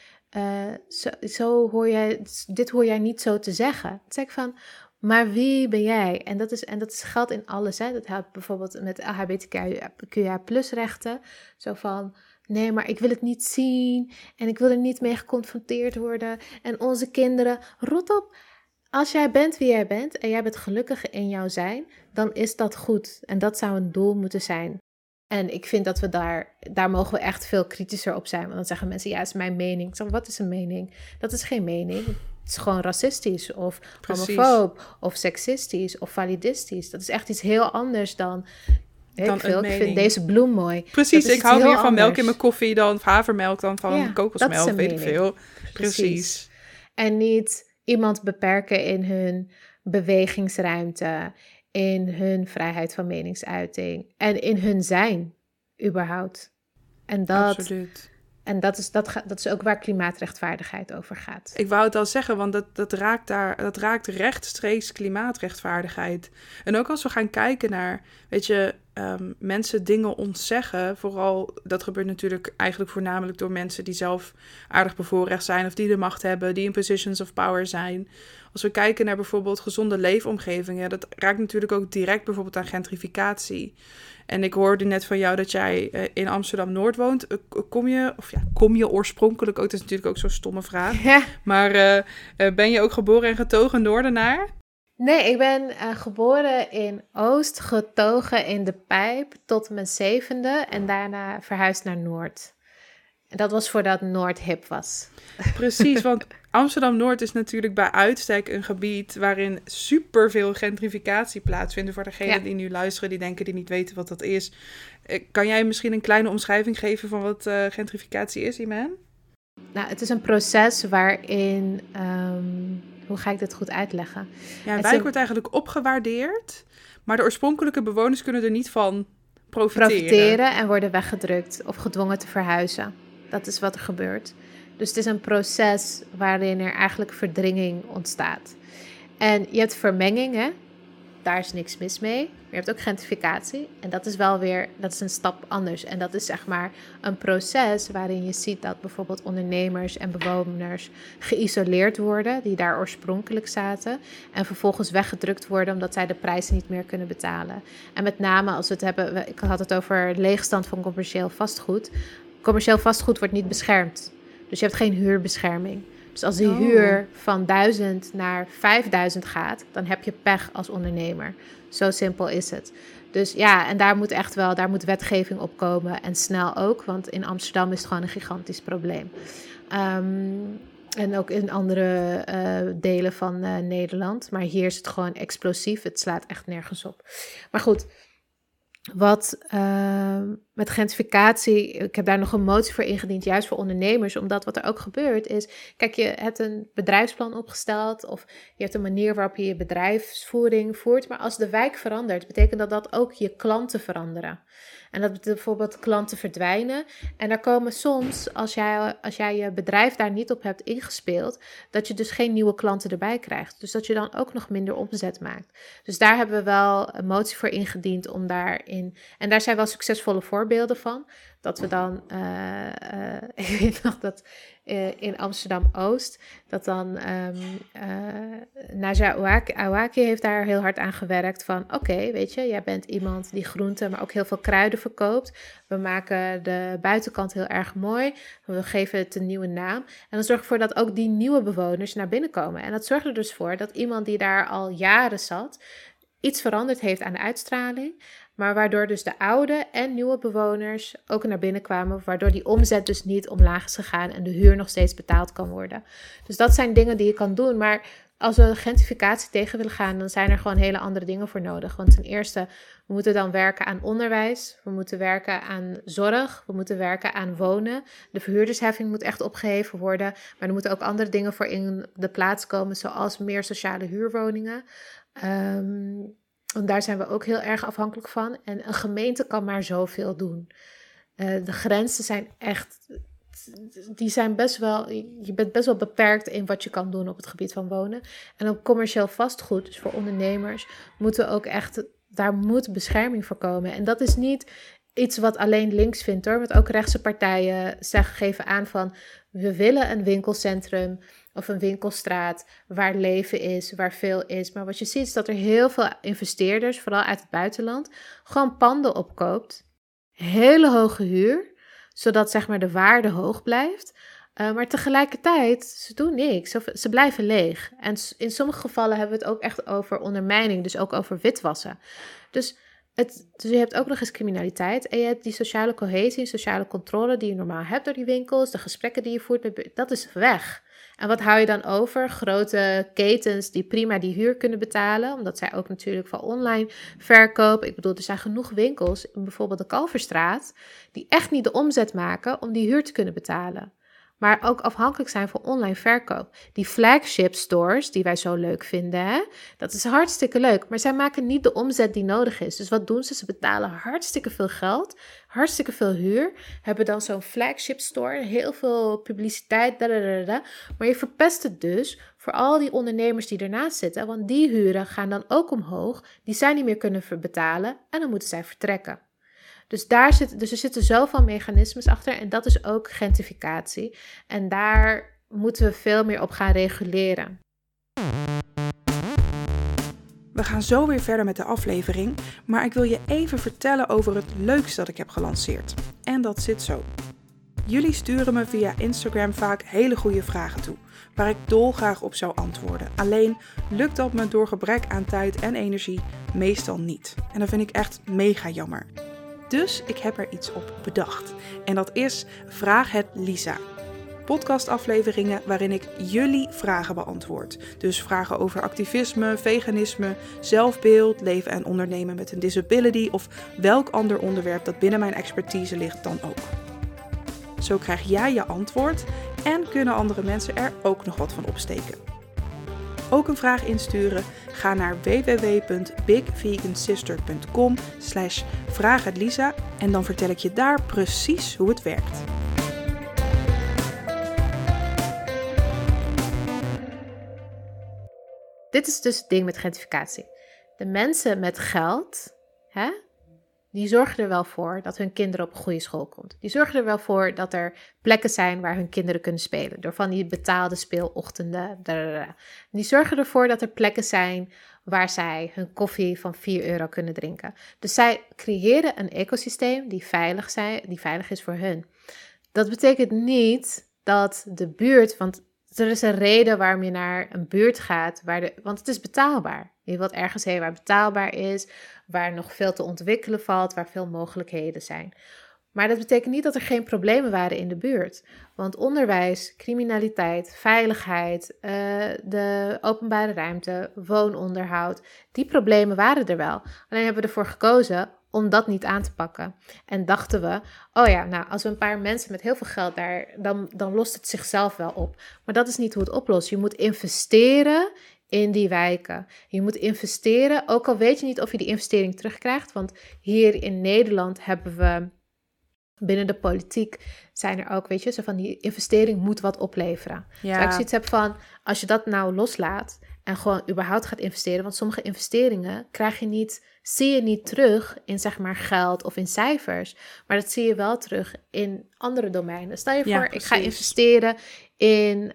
dit hoor jij niet zo te zeggen. Toen zei ik van... Maar wie ben jij? En dat geldt in alles. Hè? Dat helpt bijvoorbeeld met LHBTQIA+ rechten. Zo van, nee, maar ik wil het niet zien. En ik wil er niet mee geconfronteerd worden. En onze kinderen, rot op. Als jij bent wie jij bent en jij bent gelukkig in jouw zijn, dan is dat goed. En dat zou een doel moeten zijn. En ik vind dat we daar mogen we echt veel kritischer op zijn. Want dan zeggen mensen, ja, het is mijn mening. Ik zeg, wat is een mening? Dat is geen mening. Het is gewoon racistisch of homofoob of seksistisch of validistisch. Dat is echt iets heel anders dan ik vind deze bloem mooi. Precies, ik hou meer van melk in mijn koffie dan havermelk dan van kokosmelk, weet ik veel. Precies. En niet iemand beperken in hun bewegingsruimte, in hun vrijheid van meningsuiting en in hun zijn, überhaupt. Absoluut. En dat is ook waar klimaatrechtvaardigheid over gaat. Ik wou het al zeggen, want dat raakt rechtstreeks klimaatrechtvaardigheid. En ook als we gaan kijken naar, mensen dingen ontzeggen, vooral, dat gebeurt natuurlijk eigenlijk voornamelijk door mensen die zelf aardig bevoorrecht zijn of die de macht hebben, die in positions of power zijn. Als we kijken naar bijvoorbeeld gezonde leefomgevingen, dat raakt natuurlijk ook direct bijvoorbeeld aan gentrificatie. En ik hoorde net van jou dat jij in Amsterdam-Noord woont. Kom je oorspronkelijk ook? Dat is natuurlijk ook zo'n stomme vraag. Ja. Maar ben je ook geboren en getogen Noordenaar? Nee, ik ben geboren in Oost, getogen in de Pijp tot mijn 7e en daarna verhuisd naar Noord. En dat was voordat Noord hip was. Precies, want Amsterdam-Noord is natuurlijk bij uitstek een gebied waarin superveel gentrificatie plaatsvindt. Voor degenen die nu luisteren, die denken die niet weten wat dat is. Kan jij misschien een kleine omschrijving geven van wat gentrificatie is, Iman? Nou, het is een proces waarin... hoe ga ik dit goed uitleggen? Ja, een wijk wordt eigenlijk opgewaardeerd, maar de oorspronkelijke bewoners kunnen er niet van profiteren en worden weggedrukt of gedwongen te verhuizen. Dat is wat er gebeurt. Dus het is een proces waarin er eigenlijk verdringing ontstaat. En je hebt vermenging, hè? Daar is niks mis mee. Maar je hebt ook gentrificatie. En dat is dat is een stap anders. En dat is zeg maar een proces waarin je ziet dat bijvoorbeeld ondernemers en bewoners geïsoleerd worden, die daar oorspronkelijk zaten, en vervolgens weggedrukt worden omdat zij de prijzen niet meer kunnen betalen. En met name als we het hebben, ik had het over leegstand van commercieel vastgoed. Commercieel vastgoed wordt niet beschermd. Dus je hebt geen huurbescherming. Dus als die huur van 1000 naar 5000 gaat, dan heb je pech als ondernemer. Zo simpel is het. Dus ja, en daar moet wetgeving op komen en snel ook, want in Amsterdam is het gewoon een gigantisch probleem. En ook in andere delen van Nederland. Maar hier is het gewoon explosief. Het slaat echt nergens op. Maar goed, wat met gentrificatie, ik heb daar nog een motie voor ingediend, juist voor ondernemers, omdat wat er ook gebeurt is, kijk, je hebt een bedrijfsplan opgesteld of je hebt een manier waarop je je bedrijfsvoering voert, maar als de wijk verandert, betekent dat ook je klanten veranderen. En dat betekent bijvoorbeeld klanten verdwijnen. En daar komen soms, als jij je bedrijf daar niet op hebt ingespeeld, dat je dus geen nieuwe klanten erbij krijgt. Dus dat je dan ook nog minder omzet maakt. Dus daar hebben we wel een motie voor ingediend om daarin. En daar zijn wel succesvolle voorbeelden van. Dat we dan, ik weet nog dat in Amsterdam-Oost, dat dan Naja Awaki heeft daar heel hard aan gewerkt van, oké, weet je, jij bent iemand die groenten, maar ook heel veel kruiden verkoopt. We maken de buitenkant heel erg mooi. We geven het een nieuwe naam. En dan zorg ik ervoor dat ook die nieuwe bewoners naar binnen komen. En dat zorgt er dus voor dat iemand die daar al jaren zat, iets veranderd heeft aan de uitstraling, maar waardoor dus de oude en nieuwe bewoners ook naar binnen kwamen, waardoor die omzet dus niet omlaag is gegaan en de huur nog steeds betaald kan worden. Dus dat zijn dingen die je kan doen, maar als we gentrificatie tegen willen gaan, dan zijn er gewoon hele andere dingen voor nodig. Want ten eerste, we moeten dan werken aan onderwijs, we moeten werken aan zorg, we moeten werken aan wonen. De verhuurdersheffing moet echt opgeheven worden, maar er moeten ook andere dingen voor in de plaats komen, zoals meer sociale huurwoningen. Want daar zijn we ook heel erg afhankelijk van. En een gemeente kan maar zoveel doen. De grenzen zijn echt, die zijn best wel, je bent best wel beperkt in wat je kan doen op het gebied van wonen. En op commercieel vastgoed, dus voor ondernemers, moeten we ook echt, daar moet bescherming voor komen. En dat is niet iets wat alleen links vindt hoor, want ook rechtse partijen geven aan van, we willen een winkelcentrum of een winkelstraat waar leven is, waar veel is. Maar wat je ziet is dat er heel veel investeerders, vooral uit het buitenland, gewoon panden opkoopt. Hele hoge huur, zodat zeg maar de waarde hoog blijft. Maar tegelijkertijd, ze doen niks. Ze blijven leeg. En in sommige gevallen hebben we het ook echt over ondermijning, dus ook over witwassen. Dus Dus je hebt ook nog eens criminaliteit en je hebt die sociale cohesie, sociale controle die je normaal hebt door die winkels, de gesprekken die je voert, dat is weg. En wat hou je dan over? Grote ketens die prima die huur kunnen betalen, omdat zij ook natuurlijk van online verkoop. Ik bedoel, er zijn genoeg winkels, in bijvoorbeeld de Kalverstraat, die echt niet de omzet maken om die huur te kunnen betalen. Maar ook afhankelijk zijn van online verkoop. Die flagship stores, die wij zo leuk vinden, hè? Dat is hartstikke leuk. Maar zij maken niet de omzet die nodig is. Dus wat doen ze? Ze betalen hartstikke veel geld, hartstikke veel huur. Hebben dan zo'n flagship store, heel veel publiciteit, Maar je verpest het dus voor al die ondernemers die ernaast zitten. Want die huren gaan dan ook omhoog. Die zij niet meer kunnen betalen en dan moeten zij vertrekken. Dus er zitten zoveel mechanismes achter en dat is ook gentrificatie. En daar moeten we veel meer op gaan reguleren. We gaan zo weer verder met de aflevering, maar ik wil je even vertellen over het leukste dat ik heb gelanceerd. En dat zit zo. Jullie sturen me via Instagram vaak hele goede vragen toe, waar ik dolgraag op zou antwoorden. Alleen lukt dat me door gebrek aan tijd en energie meestal niet. En dat vind ik echt mega jammer. Dus ik heb er iets op bedacht. En dat is Vraag het Lisa. Podcastafleveringen waarin ik jullie vragen beantwoord. Dus vragen over activisme, veganisme, zelfbeeld, leven en ondernemen met een disability of welk ander onderwerp dat binnen mijn expertise ligt dan ook. Zo krijg jij je antwoord en kunnen andere mensen er ook nog wat van opsteken. Ook een vraag insturen? Ga naar www.bigvegansister.com/vraaghetlisa en dan vertel ik je daar precies hoe het werkt. Dit is dus het ding met gentrificatie. De mensen met geld, die zorgen er wel voor dat hun kinderen op een goede school komt. Die zorgen er wel voor dat er plekken zijn waar hun kinderen kunnen spelen. Door van die betaalde speelochtenden. Die zorgen ervoor dat er plekken zijn waar zij hun koffie van €4 kunnen drinken. Dus zij creëren een ecosysteem die veilig is voor hun. Dat betekent niet dat de buurt, want er is een reden waarom je naar een buurt gaat, want het is betaalbaar. Je wilt ergens heen waar betaalbaar is, waar nog veel te ontwikkelen valt, waar veel mogelijkheden zijn. Maar dat betekent niet dat er geen problemen waren in de buurt. Want onderwijs, criminaliteit, veiligheid, de openbare ruimte, woononderhoud, die problemen waren er wel. Alleen hebben we ervoor gekozen om dat niet aan te pakken. En dachten we, als we een paar mensen met heel veel geld daar, dan lost het zichzelf wel op. Maar dat is niet hoe het oplost. Je moet investeren in die wijken. Je moet investeren, ook al weet je niet of je die investering terugkrijgt. Want hier in Nederland hebben we, binnen de politiek zijn er ook, zo van die investering moet wat opleveren. Ja. Dus ik zoiets heb van, als je dat nou loslaat en gewoon überhaupt gaat investeren, want sommige investeringen zie je niet terug in zeg maar geld of in cijfers, maar dat zie je wel terug in andere domeinen. Stel je voor, ik ga investeren in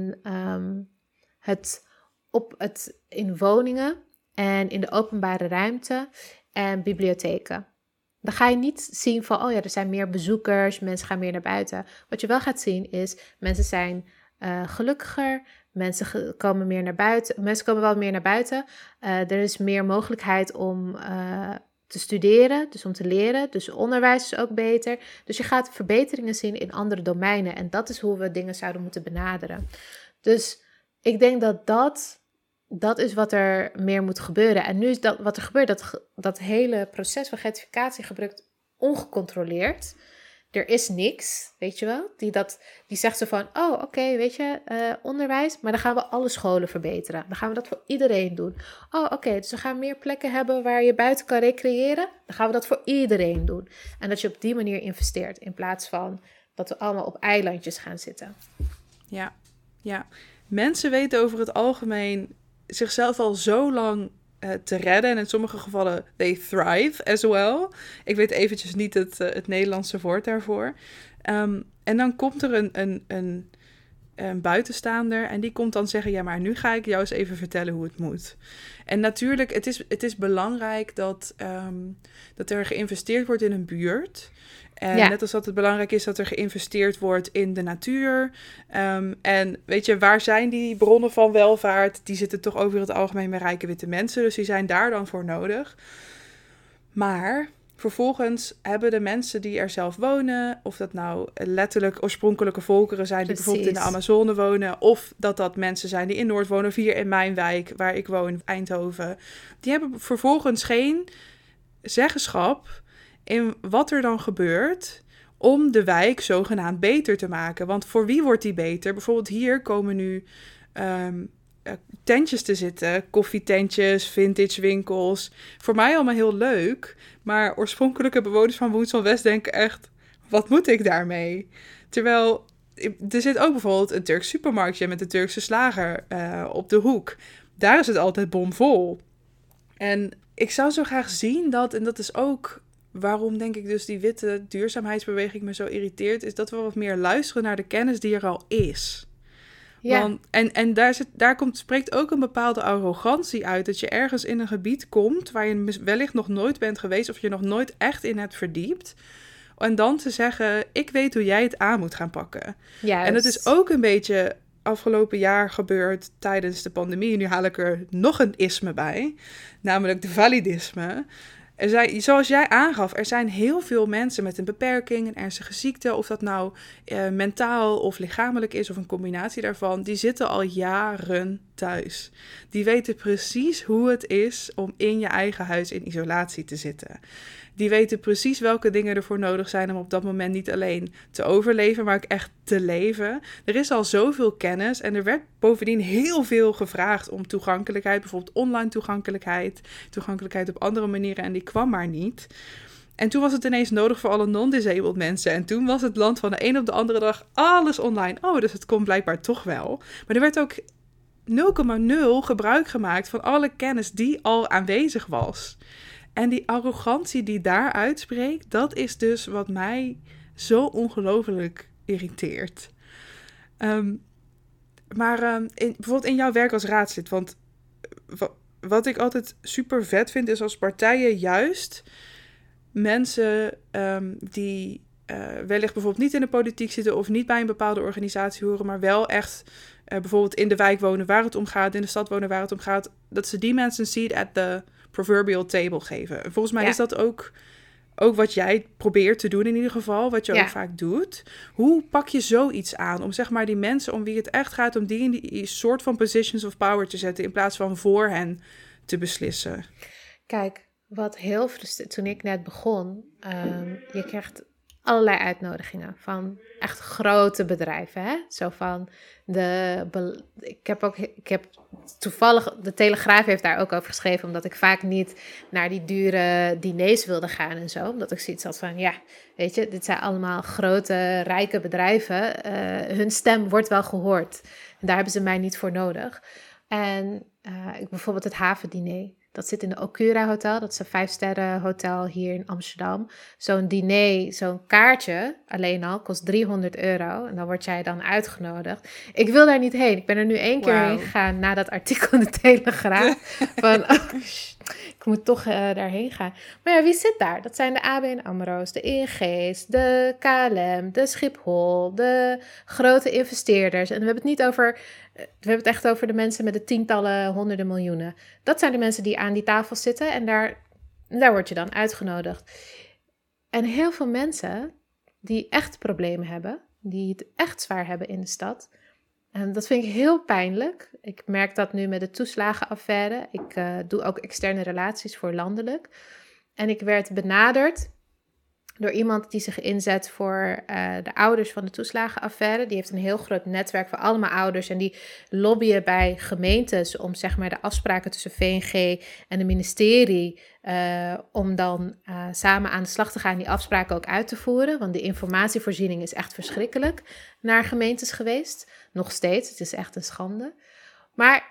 in woningen en in de openbare ruimte en bibliotheken. Dan ga je niet zien van, er zijn meer bezoekers, mensen gaan meer naar buiten. Wat je wel gaat zien is, mensen zijn gelukkiger, mensen komen meer naar buiten. Mensen komen wel meer naar buiten. Er is meer mogelijkheid om te studeren, dus om te leren. Dus onderwijs is ook beter. Dus je gaat verbeteringen zien in andere domeinen. En dat is hoe we dingen zouden moeten benaderen. Dus ik denk dat is wat er meer moet gebeuren. En nu is wat er gebeurt, dat hele proces van gentrificatie gebeurt ongecontroleerd. Er is niks, weet je wel. Die zegt zo van, onderwijs, maar dan gaan we alle scholen verbeteren. Dan gaan we dat voor iedereen doen. Dus we gaan meer plekken hebben waar je buiten kan recreëren. Dan gaan we dat voor iedereen doen. En dat je op die manier investeert, in plaats van dat we allemaal op eilandjes gaan zitten. Ja. Mensen weten over het algemeen zichzelf al zo lang te redden. En in sommige gevallen, they thrive as well. Ik weet eventjes niet het Nederlandse woord daarvoor. En dan komt er een buitenstaander en die komt dan zeggen, ja, maar nu ga ik jou eens even vertellen hoe het moet. En natuurlijk, het is belangrijk dat er geïnvesteerd wordt in een buurt. En net als dat het belangrijk is dat er geïnvesteerd wordt in de natuur. En weet je, waar zijn die bronnen van welvaart? Die zitten toch over het algemeen bij rijke witte mensen. Dus die zijn daar dan voor nodig. Maar vervolgens hebben de mensen die er zelf wonen, of dat nou letterlijk oorspronkelijke volkeren zijn die bijvoorbeeld in de Amazone wonen, of dat mensen zijn die in Noord wonen, of hier in mijn wijk waar ik woon, Eindhoven, die hebben vervolgens geen zeggenschap in wat er dan gebeurt om de wijk zogenaamd beter te maken. Want voor wie wordt die beter? Bijvoorbeeld hier komen nu tentjes te zitten, koffietentjes, vintage winkels. Voor mij allemaal heel leuk, maar oorspronkelijke bewoners van Woensel West denken echt, wat moet ik daarmee? Terwijl er zit ook bijvoorbeeld een Turks supermarktje met een Turkse slager op de hoek. Daar is het altijd bomvol. En ik zou zo graag zien dat, en dat is ook waarom denk ik dus die witte duurzaamheidsbeweging me zo irriteert, is dat we wat meer luisteren naar de kennis die er al is. Ja. Want, en daar spreekt ook een bepaalde arrogantie uit, dat je ergens in een gebied komt waar je wellicht nog nooit bent geweest of je nog nooit echt in hebt verdiept. En dan te zeggen, ik weet hoe jij het aan moet gaan pakken. Juist. En dat is ook een beetje afgelopen jaar gebeurd tijdens de pandemie. Nu haal ik er nog een isme bij, namelijk de validisme. Zoals jij aangaf, er zijn heel veel mensen met een beperking, een ernstige ziekte, of dat nou mentaal of lichamelijk is of een combinatie daarvan, die zitten al jaren thuis. Die weten precies hoe het is om in je eigen huis in isolatie te zitten. Die weten precies welke dingen ervoor nodig zijn om op dat moment niet alleen te overleven, maar ook echt te leven. Er is al zoveel kennis en er werd bovendien heel veel gevraagd om toegankelijkheid, bijvoorbeeld online toegankelijkheid op andere manieren, en die kwam maar niet. En toen was het ineens nodig voor alle non-disabled mensen. En toen was het land van de een op de andere dag alles online. Oh, dus het komt blijkbaar toch wel. Maar er werd ook 0,0 gebruik gemaakt van alle kennis die al aanwezig was. En die arrogantie die daar uitspreekt, dat is dus wat mij zo ongelooflijk irriteert. Bijvoorbeeld in jouw werk als raadslid, want wat ik altijd super vet vind, is als partijen juist mensen die wellicht bijvoorbeeld niet in de politiek zitten of niet bij een bepaalde organisatie horen, maar wel echt bijvoorbeeld in de wijk wonen waar het om gaat, in de stad wonen waar het om gaat, dat ze die mensen een seat at the proverbial table geven. En volgens mij is dat ook wat jij probeert te doen in ieder geval, wat je ook vaak doet. Hoe pak je zoiets aan om zeg maar die mensen om wie het echt gaat, om die in die soort van positions of power te zetten in plaats van voor hen te beslissen? Kijk, wat heel frustrerend, toen ik net begon, je krijgt allerlei uitnodigingen van echt grote bedrijven, hè? Zo van ik heb toevallig, de Telegraaf heeft daar ook over geschreven, omdat ik vaak niet naar die dure diners wilde gaan en zo, omdat ik zoiets had van, ja, weet je, dit zijn allemaal grote, rijke bedrijven, hun stem wordt wel gehoord. En daar hebben ze mij niet voor nodig. En bijvoorbeeld het havendiner. Dat zit in de Okura Hotel. Dat is een 5-sterren hotel hier in Amsterdam. Zo'n diner, zo'n kaartje alleen al kost €300. En dan word jij dan uitgenodigd. Ik wil daar niet heen. Ik ben er nu 1 keer heen gegaan na dat artikel in de Telegraaf. Van, ik moet toch daarheen gaan. Maar ja, wie zit daar? Dat zijn de ABN AMRO's, de ING's, de KLM, de Schiphol, de grote investeerders. En we hebben het niet over... We hebben het echt over de mensen met de tientallen, honderden miljoenen. Dat zijn de mensen die aan die tafel zitten en daar word je dan uitgenodigd. En heel veel mensen die echt problemen hebben, die het echt zwaar hebben in de stad. En dat vind ik heel pijnlijk. Ik merk dat nu met de toeslagenaffaire. Ik doe ook externe relaties voor landelijk. En ik werd benaderd door iemand die zich inzet voor de ouders van de toeslagenaffaire. Die heeft een heel groot netwerk voor allemaal ouders. En die lobbyen bij gemeentes om zeg maar de afspraken tussen VNG en het ministerie, om dan samen aan de slag te gaan, die afspraken ook uit te voeren. Want de informatievoorziening is echt verschrikkelijk naar gemeentes geweest. Nog steeds, het is echt een schande. Maar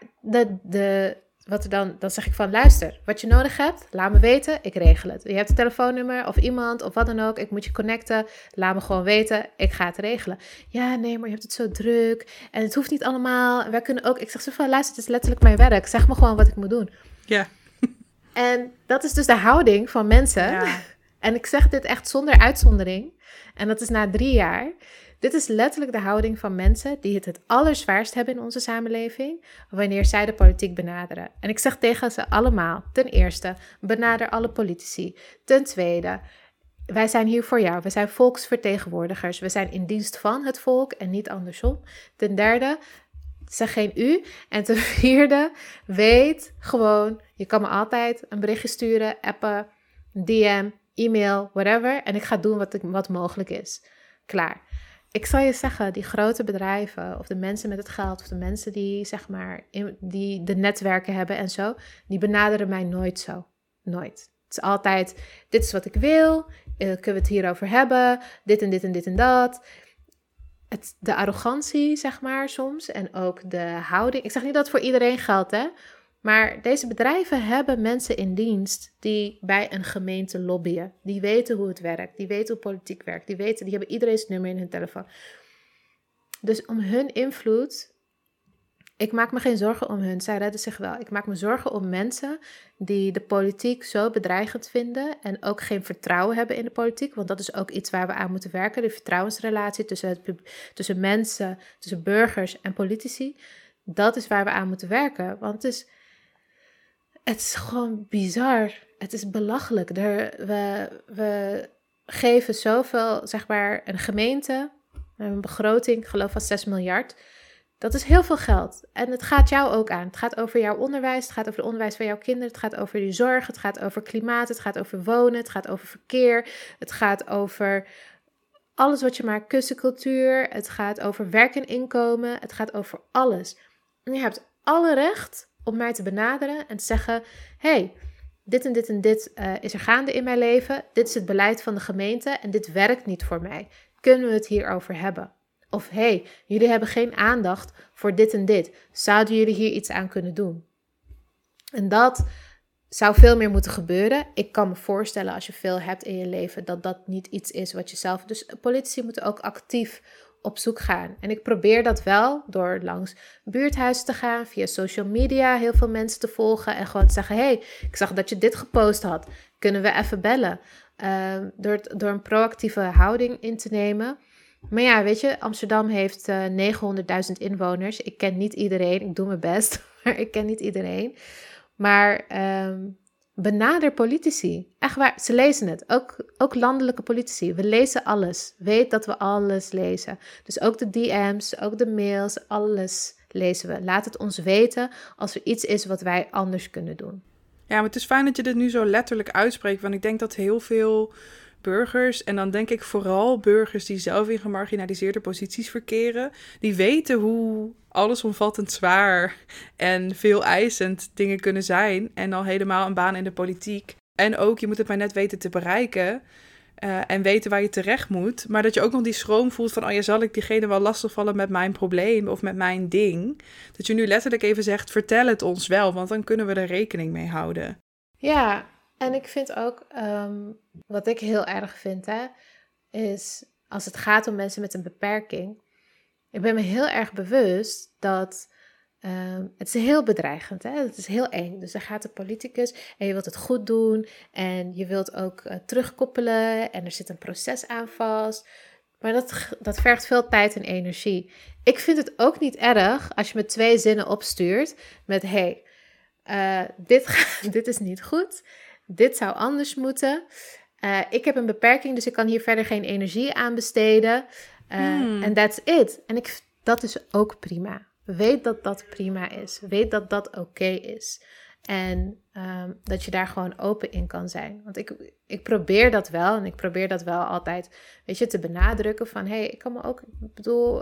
dan zeg ik van, luister, wat je nodig hebt, laat me weten, ik regel het. Je hebt een telefoonnummer of iemand of wat dan ook, ik moet je connecten, laat me gewoon weten, ik ga het regelen. Ja, nee, maar je hebt het zo druk en het hoeft niet allemaal. Wij kunnen ook, ik zeg zo van, luister, het is letterlijk mijn werk, zeg me gewoon wat ik moet doen. Ja. En dat is dus de houding van mensen. Ja. En ik zeg dit echt zonder uitzondering. En dat is na 3 jaar. Dit is letterlijk de houding van mensen die het allerzwaarst hebben in onze samenleving, wanneer zij de politiek benaderen. En ik zeg tegen ze allemaal, ten eerste, benader alle politici. Ten tweede, wij zijn hier voor jou. We zijn volksvertegenwoordigers. We zijn in dienst van het volk en niet andersom. Ten derde, zeg geen u. En ten vierde, weet gewoon, je kan me altijd een berichtje sturen, appen, DM, e-mail, whatever. En ik ga doen wat mogelijk is. Klaar. Ik zal je zeggen, die grote bedrijven of de mensen met het geld of de mensen die zeg maar die de netwerken hebben en zo, die benaderen mij nooit zo. Nooit. Het is altijd, dit is wat ik wil, kunnen we het hierover hebben, dit en dit en dit en dat. De arrogantie, zeg maar, soms en ook de houding. Ik zeg niet dat het voor iedereen geldt, hè. Maar deze bedrijven hebben mensen in dienst die bij een gemeente lobbyen. Die weten hoe het werkt, die weten hoe politiek werkt, die hebben iedereen's nummer in hun telefoon. Dus om hun invloed, ik maak me geen zorgen om hun, zij redden zich wel. Ik maak me zorgen om mensen die de politiek zo bedreigend vinden en ook geen vertrouwen hebben in de politiek. Want dat is ook iets waar we aan moeten werken, de vertrouwensrelatie tussen mensen, tussen burgers en politici. Dat is waar we aan moeten werken, want het is gewoon bizar. Het is belachelijk. We geven zoveel, zeg maar, een gemeente, een begroting, ik geloof van 6 miljard. Dat is heel veel geld. En het gaat jou ook aan. Het gaat over jouw onderwijs, het gaat over het onderwijs van jouw kinderen, het gaat over je zorg, het gaat over klimaat, het gaat over wonen, het gaat over verkeer, het gaat over alles wat je maar kussencultuur, het gaat over werk en inkomen, het gaat over alles. En je hebt alle recht om mij te benaderen en te zeggen, hey, dit en dit en dit is er gaande in mijn leven. Dit is het beleid van de gemeente en dit werkt niet voor mij. Kunnen we het hierover hebben? Of hey, jullie hebben geen aandacht voor dit en dit. Zouden jullie hier iets aan kunnen doen? En dat zou veel meer moeten gebeuren. Ik kan me voorstellen als je veel hebt in je leven dat dat niet iets is wat je zelf... Dus politici moeten ook actief op zoek gaan. En ik probeer dat wel door langs buurthuizen te gaan, via social media heel veel mensen te volgen en gewoon te zeggen, hey, ik zag dat je dit gepost had. Kunnen we even bellen? Door een proactieve houding in te nemen. Maar ja, weet je, Amsterdam heeft 900.000 inwoners. Ik ken niet iedereen, ik doe mijn best, maar ik ken niet iedereen. Maar benader politici. Echt waar, ze lezen het. Ook landelijke politici. We lezen alles. Weet dat we alles lezen. Dus ook de DM's, ook de mails, alles lezen we. Laat het ons weten als er iets is wat wij anders kunnen doen. Ja, maar het is fijn dat je dit nu zo letterlijk uitspreekt. Want ik denk dat heel veel burgers, en dan denk ik vooral burgers die zelf in gemarginaliseerde posities verkeren, die weten hoe allesomvattend zwaar en veel eisend dingen kunnen zijn. En al helemaal een baan in de politiek. En ook, je moet het maar net weten te bereiken. En weten waar je terecht moet. Maar dat je ook nog die schroom voelt van, oh ja, zal ik diegene wel lastigvallen met mijn probleem of met mijn ding? Dat je nu letterlijk even zegt, vertel het ons wel, want dan kunnen we er rekening mee houden. Ja, en ik vind ook, wat ik heel erg vind, is als het gaat om mensen met een beperking. Ik ben me heel erg bewust dat het is heel bedreigend, het is heel eng. Dus dan gaat de politicus en je wilt het goed doen en je wilt ook terugkoppelen en er zit een proces aan vast. Maar dat vergt veel tijd en energie. Ik vind het ook niet erg als je me 2 zinnen opstuurt met hey, dit is niet goed, dit zou anders moeten. Ik heb een beperking, dus ik kan hier verder geen energie aan besteden. And that's it. En dat is ook prima. Weet dat dat prima is. Weet dat dat oké is. En dat je daar gewoon open in kan zijn. Want ik probeer dat wel. En ik probeer dat wel altijd, weet je, te benadrukken. Van, hey, ik kan me ook, ik bedoel,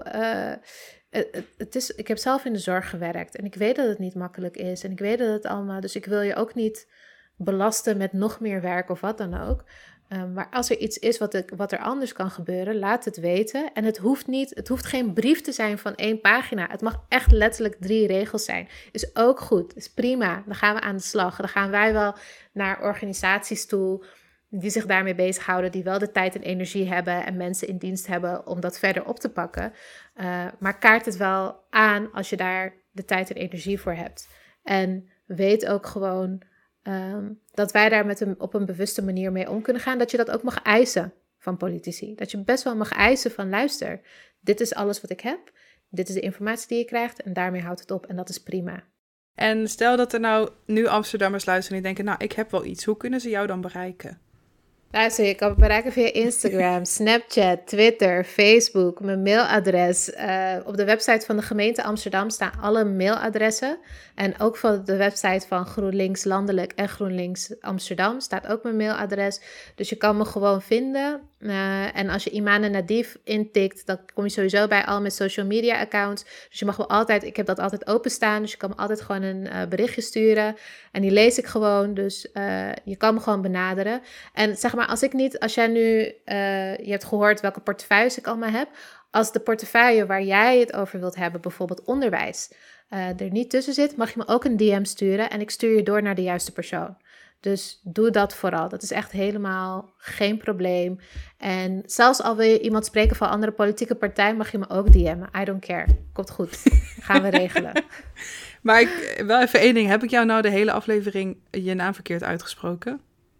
ik heb zelf in de zorg gewerkt. En ik weet dat het niet makkelijk is. En ik weet dat het allemaal, dus ik wil je ook niet belasten met nog meer werk of wat dan ook. Maar als er iets is wat er anders kan gebeuren, laat het weten. En het hoeft geen brief te zijn van 1 pagina. Het mag echt letterlijk 3 regels zijn. Is ook goed, is prima. Dan gaan we aan de slag. Dan gaan wij wel naar organisaties toe die zich daarmee bezighouden, die wel de tijd en energie hebben en mensen in dienst hebben om dat verder op te pakken. Maar kaart het wel aan als je daar de tijd en energie voor hebt. En weet ook gewoon dat wij daar op een bewuste manier mee om kunnen gaan. Dat je dat ook mag eisen van politici. Dat je best wel mag eisen van luister, dit is alles wat ik heb. Dit is de informatie die je krijgt en daarmee houdt het op en dat is prima. En stel dat er nou nu Amsterdammers luisteren en die denken, nou, ik heb wel iets. Hoe kunnen ze jou dan bereiken? Luister, je kan me bereiken via Instagram, Snapchat, Twitter, Facebook, mijn mailadres. Op de website van de gemeente Amsterdam staan alle mailadressen. En ook van de website van GroenLinks Landelijk en GroenLinks Amsterdam staat ook mijn mailadres. Dus je kan me gewoon vinden. En als je Imane Nadif intikt, dan kom je sowieso bij al mijn social media accounts. Dus je mag wel altijd, ik heb dat altijd openstaan. Dus je kan me altijd gewoon een berichtje sturen. En die lees ik gewoon. Dus je kan me gewoon benaderen. En zeg maar, als jij nu, je hebt gehoord welke portefeuilles ik allemaal heb. Als de portefeuille waar jij het over wilt hebben, bijvoorbeeld onderwijs, er niet tussen zit, mag je me ook een DM sturen en ik stuur je door naar de juiste persoon. Dus doe dat vooral. Dat is echt helemaal geen probleem. En zelfs al wil je iemand spreken van een andere politieke partij, mag je me ook DM'en. I don't care. Komt goed. Gaan we regelen. Maar wel even één ding. Heb ik jou nou de hele aflevering je naam verkeerd uitgesproken?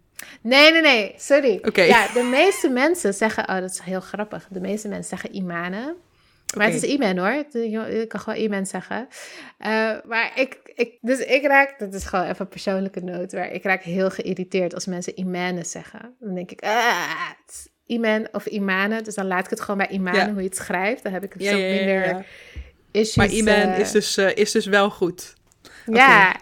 Nee. Sorry. Okay. Ja, de meeste mensen zeggen... Oh, dat is heel grappig. De meeste mensen zeggen Imane. Maar het is Iman hoor. Ik kan gewoon Iman zeggen. Maar ik raak... Dat is gewoon even een persoonlijke noot. Maar ik raak heel geïrriteerd als mensen Imane zeggen. Dan denk ik... Het is Iman of Imane. Dus dan laat ik het gewoon bij Imane hoe je het schrijft. Dan heb ik het zo minder issues. Maar Iman is dus wel goed. Ja.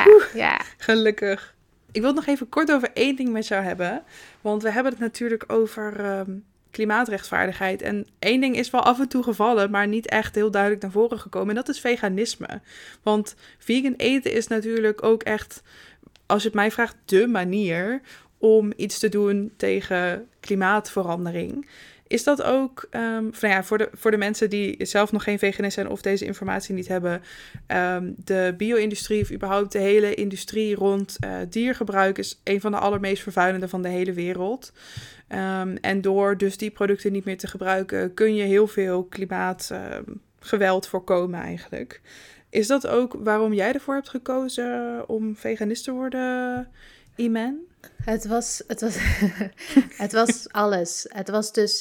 Gelukkig. Ik wil het nog even kort over één ding met jou hebben. Want we hebben het natuurlijk over klimaatrechtvaardigheid. En één ding is wel af en toe gevallen, maar niet echt heel duidelijk naar voren gekomen. En dat is veganisme. Want vegan eten is natuurlijk ook echt, als je het mij vraagt, dé manier om iets te doen tegen klimaatverandering. Is dat ook, voor de mensen die zelf nog geen veganist zijn of deze informatie niet hebben, de bio-industrie of überhaupt de hele industrie rond diergebruik is een van de allermeest vervuilende van de hele wereld. En door dus die producten niet meer te gebruiken, kun je heel veel klimaatgeweld voorkomen eigenlijk. Is dat ook waarom jij ervoor hebt gekozen om veganist te worden, Iman? Het was alles. Het was dus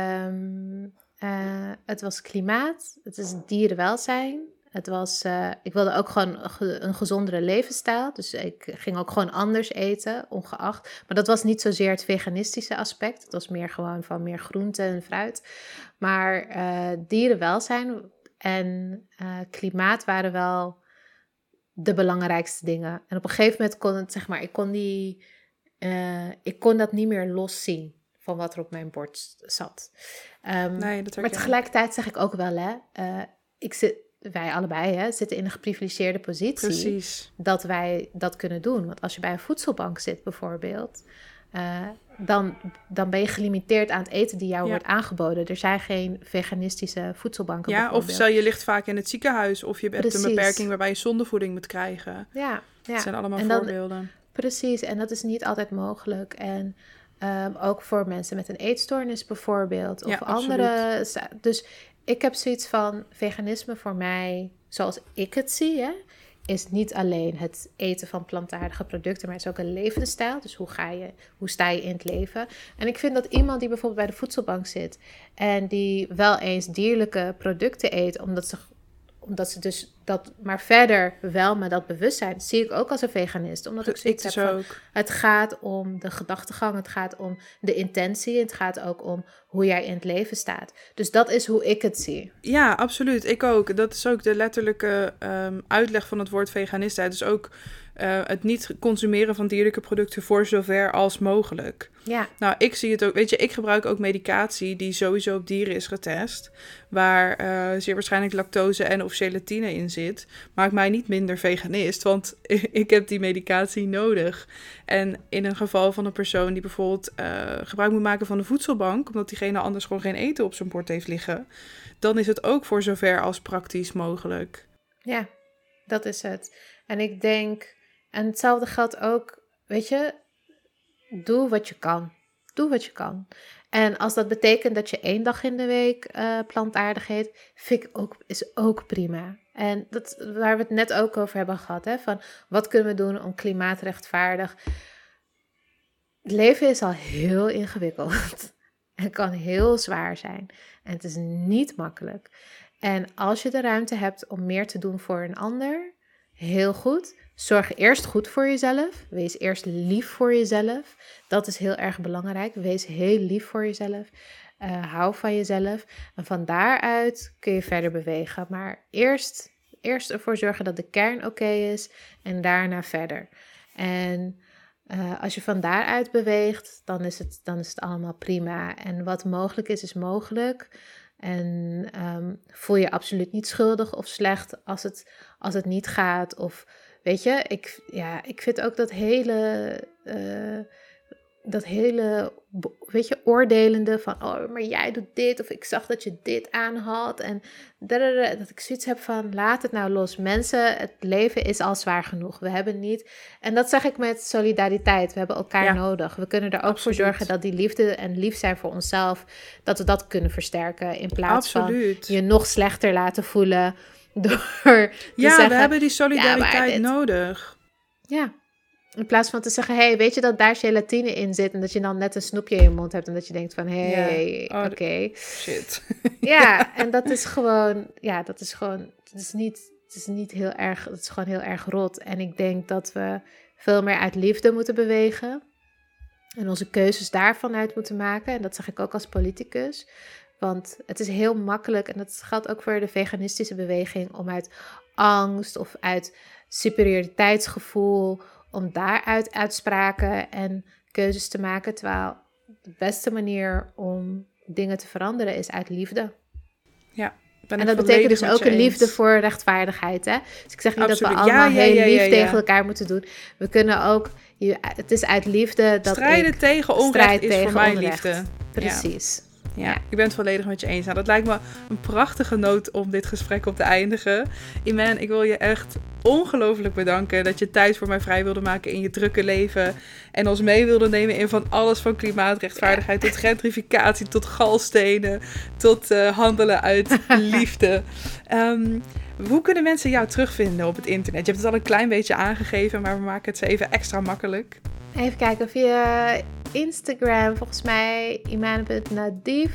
het was klimaat, het is dierenwelzijn. Het was, ik wilde ook gewoon een gezondere levensstijl. Dus ik ging ook gewoon anders eten, ongeacht. Maar dat was niet zozeer het veganistische aspect. Het was meer gewoon van meer groente en fruit. Maar dierenwelzijn en klimaat waren wel de belangrijkste dingen. En op een gegeven moment kon het, zeg maar, ik kon dat niet meer loszien van wat er op mijn bord zat. Maar tegelijkertijd zeg ik ook wel, wij allebei zitten in een geprivilegeerde positie. Precies. Dat wij dat kunnen doen. Want als je bij een voedselbank zit bijvoorbeeld, dan ben je gelimiteerd aan het eten die jou wordt aangeboden. Er zijn geen veganistische voedselbanken bijvoorbeeld. Of stel je ligt vaak in het ziekenhuis of je hebt een beperking waarbij je zondevoeding moet krijgen. Ja. Dat zijn allemaal voorbeelden. Precies, en dat is niet altijd mogelijk. En ook voor mensen met een eetstoornis bijvoorbeeld. Of andere. Dus ik heb zoiets van veganisme voor mij, zoals ik het zie, is niet alleen het eten van plantaardige producten, maar het is ook een levensstijl. Dus hoe sta je in het leven? En ik vind dat iemand die bijvoorbeeld bij de voedselbank zit en die wel eens dierlijke producten eet, omdat ze dus dat, maar verder wel met dat bewustzijn, zie ik ook als een veganist. Omdat ik zoiets heb van, het gaat om de gedachtegang, het gaat om de intentie, het gaat ook om hoe jij in het leven staat. Dus dat is hoe ik het zie. Ja, absoluut. Ik ook. Dat is ook de letterlijke uitleg van het woord veganistheid. Dus ook het niet consumeren van dierlijke producten voor zover als mogelijk. Ja. Nou, ik zie het ook. Weet je, ik gebruik ook medicatie die sowieso op dieren is getest, waar zeer waarschijnlijk lactose en of gelatine in zit. Maakt mij niet minder veganist, want ik heb die medicatie nodig. En in een geval van een persoon die bijvoorbeeld gebruik moet maken van de voedselbank, omdat diegene anders gewoon geen eten op zijn bord heeft liggen, dan is het ook voor zover als praktisch mogelijk. Ja, dat is het. En ik denk, en hetzelfde geldt ook, weet je, doe wat je kan. Doe wat je kan. En als dat betekent dat je 1 dag in de week plantaardig eet, vind ik is ook prima. En dat, waar we het net ook over hebben gehad, hè, van wat kunnen we doen om klimaatrechtvaardig. Het leven is al heel ingewikkeld. Het kan heel zwaar zijn. En het is niet makkelijk. En als je de ruimte hebt om meer te doen voor een ander, heel goed. Zorg eerst goed voor jezelf. Wees eerst lief voor jezelf. Dat is heel erg belangrijk. Wees heel lief voor jezelf. Hou van jezelf. En van daaruit kun je verder bewegen. Maar eerst ervoor zorgen dat de kern oké is. En daarna verder. En als je van daaruit beweegt, dan is het allemaal prima. En wat mogelijk is mogelijk. En voel je absoluut niet schuldig of slecht als het niet gaat. Of weet je, ik vind ook dat hele, weet je, oordelende van, oh, maar jij doet dit, of ik zag dat je dit aan had. En dat ik zoiets heb van, laat het nou los. Mensen, het leven is al zwaar genoeg. We hebben niet, en dat zeg ik met solidariteit. We hebben elkaar nodig. We kunnen er ook voor zorgen dat die liefde en lief zijn voor onszelf, dat we dat kunnen versterken. In plaats van je nog slechter laten voelen door te zeggen, we hebben die solidariteit nodig. Ja. In plaats van te zeggen, hey, weet je dat daar gelatine in zit en dat je dan net een snoepje in je mond hebt en dat je denkt van, oké. Shit. Ja, en dat is gewoon, het is niet heel erg, het is gewoon heel erg rot. En ik denk dat we veel meer uit liefde moeten bewegen en onze keuzes daarvan uit moeten maken. En dat zeg ik ook als politicus. Want het is heel makkelijk, en dat geldt ook voor de veganistische beweging, om uit angst of uit superioriteitsgevoel, om daaruit uitspraken en keuzes te maken. Terwijl de beste manier om dingen te veranderen is uit liefde. Ja. En dat betekent dus ook een liefde voor rechtvaardigheid. Hè? Dus ik zeg niet dat we allemaal heel lief tegen elkaar moeten doen. We kunnen ook, het is uit liefde dat strijden tegen onrecht is voor mij liefde. Precies. Ja, ik ben het volledig met je eens. Nou, dat lijkt me een prachtige noot om dit gesprek op te eindigen. Iman, ik wil je echt ongelooflijk bedanken dat je tijd voor mij vrij wilde maken in je drukke leven. En ons mee wilde nemen in van alles van klimaatrechtvaardigheid tot gentrificatie, tot galstenen, tot handelen uit liefde. Hoe kunnen mensen jou terugvinden op het internet? Je hebt het al een klein beetje aangegeven, maar we maken het ze even extra makkelijk. Even kijken, via Instagram volgens mij Imane.Nadif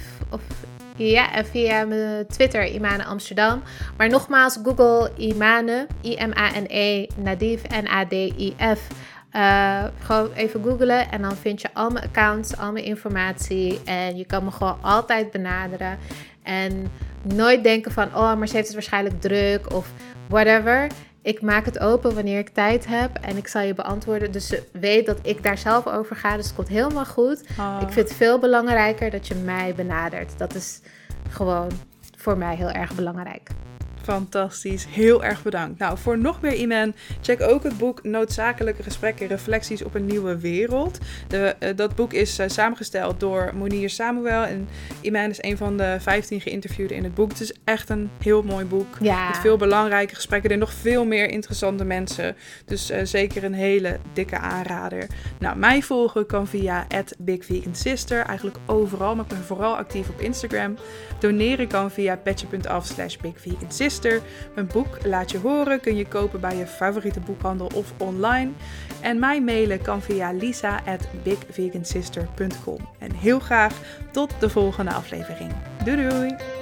en via mijn Twitter Imane Amsterdam. Maar nogmaals, Google Imane, I-M-A-N-E, Nadif, N-A-D-I-F. Gewoon even googlen en dan vind je al mijn accounts, al mijn informatie. En je kan me gewoon altijd benaderen. En nooit denken van, oh, maar ze heeft het waarschijnlijk druk of whatever. Ik maak het open wanneer ik tijd heb en ik zal je beantwoorden. Dus weet dat ik daar zelf over ga. Dus het komt helemaal goed. Ik vind het veel belangrijker dat je mij benadert. Dat is gewoon voor mij heel erg belangrijk. Fantastisch, heel erg bedankt. Nou, voor nog meer Iman, check ook het boek Noodzakelijke gesprekken, reflecties op een nieuwe wereld. Dat boek is samengesteld door Monier Samuel en Iman is een van de 15 geïnterviewden in het boek. Het is echt een heel mooi boek, met veel belangrijke gesprekken en nog veel meer interessante mensen. Dus zeker een hele dikke aanrader. Nou, mij volgen kan via @BigVeganSister, eigenlijk overal, maar ik ben vooral actief op Instagram. Doneren kan via petje.af/BigVeganSister. Mijn boek Laat je horen kun je kopen bij je favoriete boekhandel of online. En mij mailen kan via lisa@bigvegansister.com. En heel graag tot de volgende aflevering. Doei doei!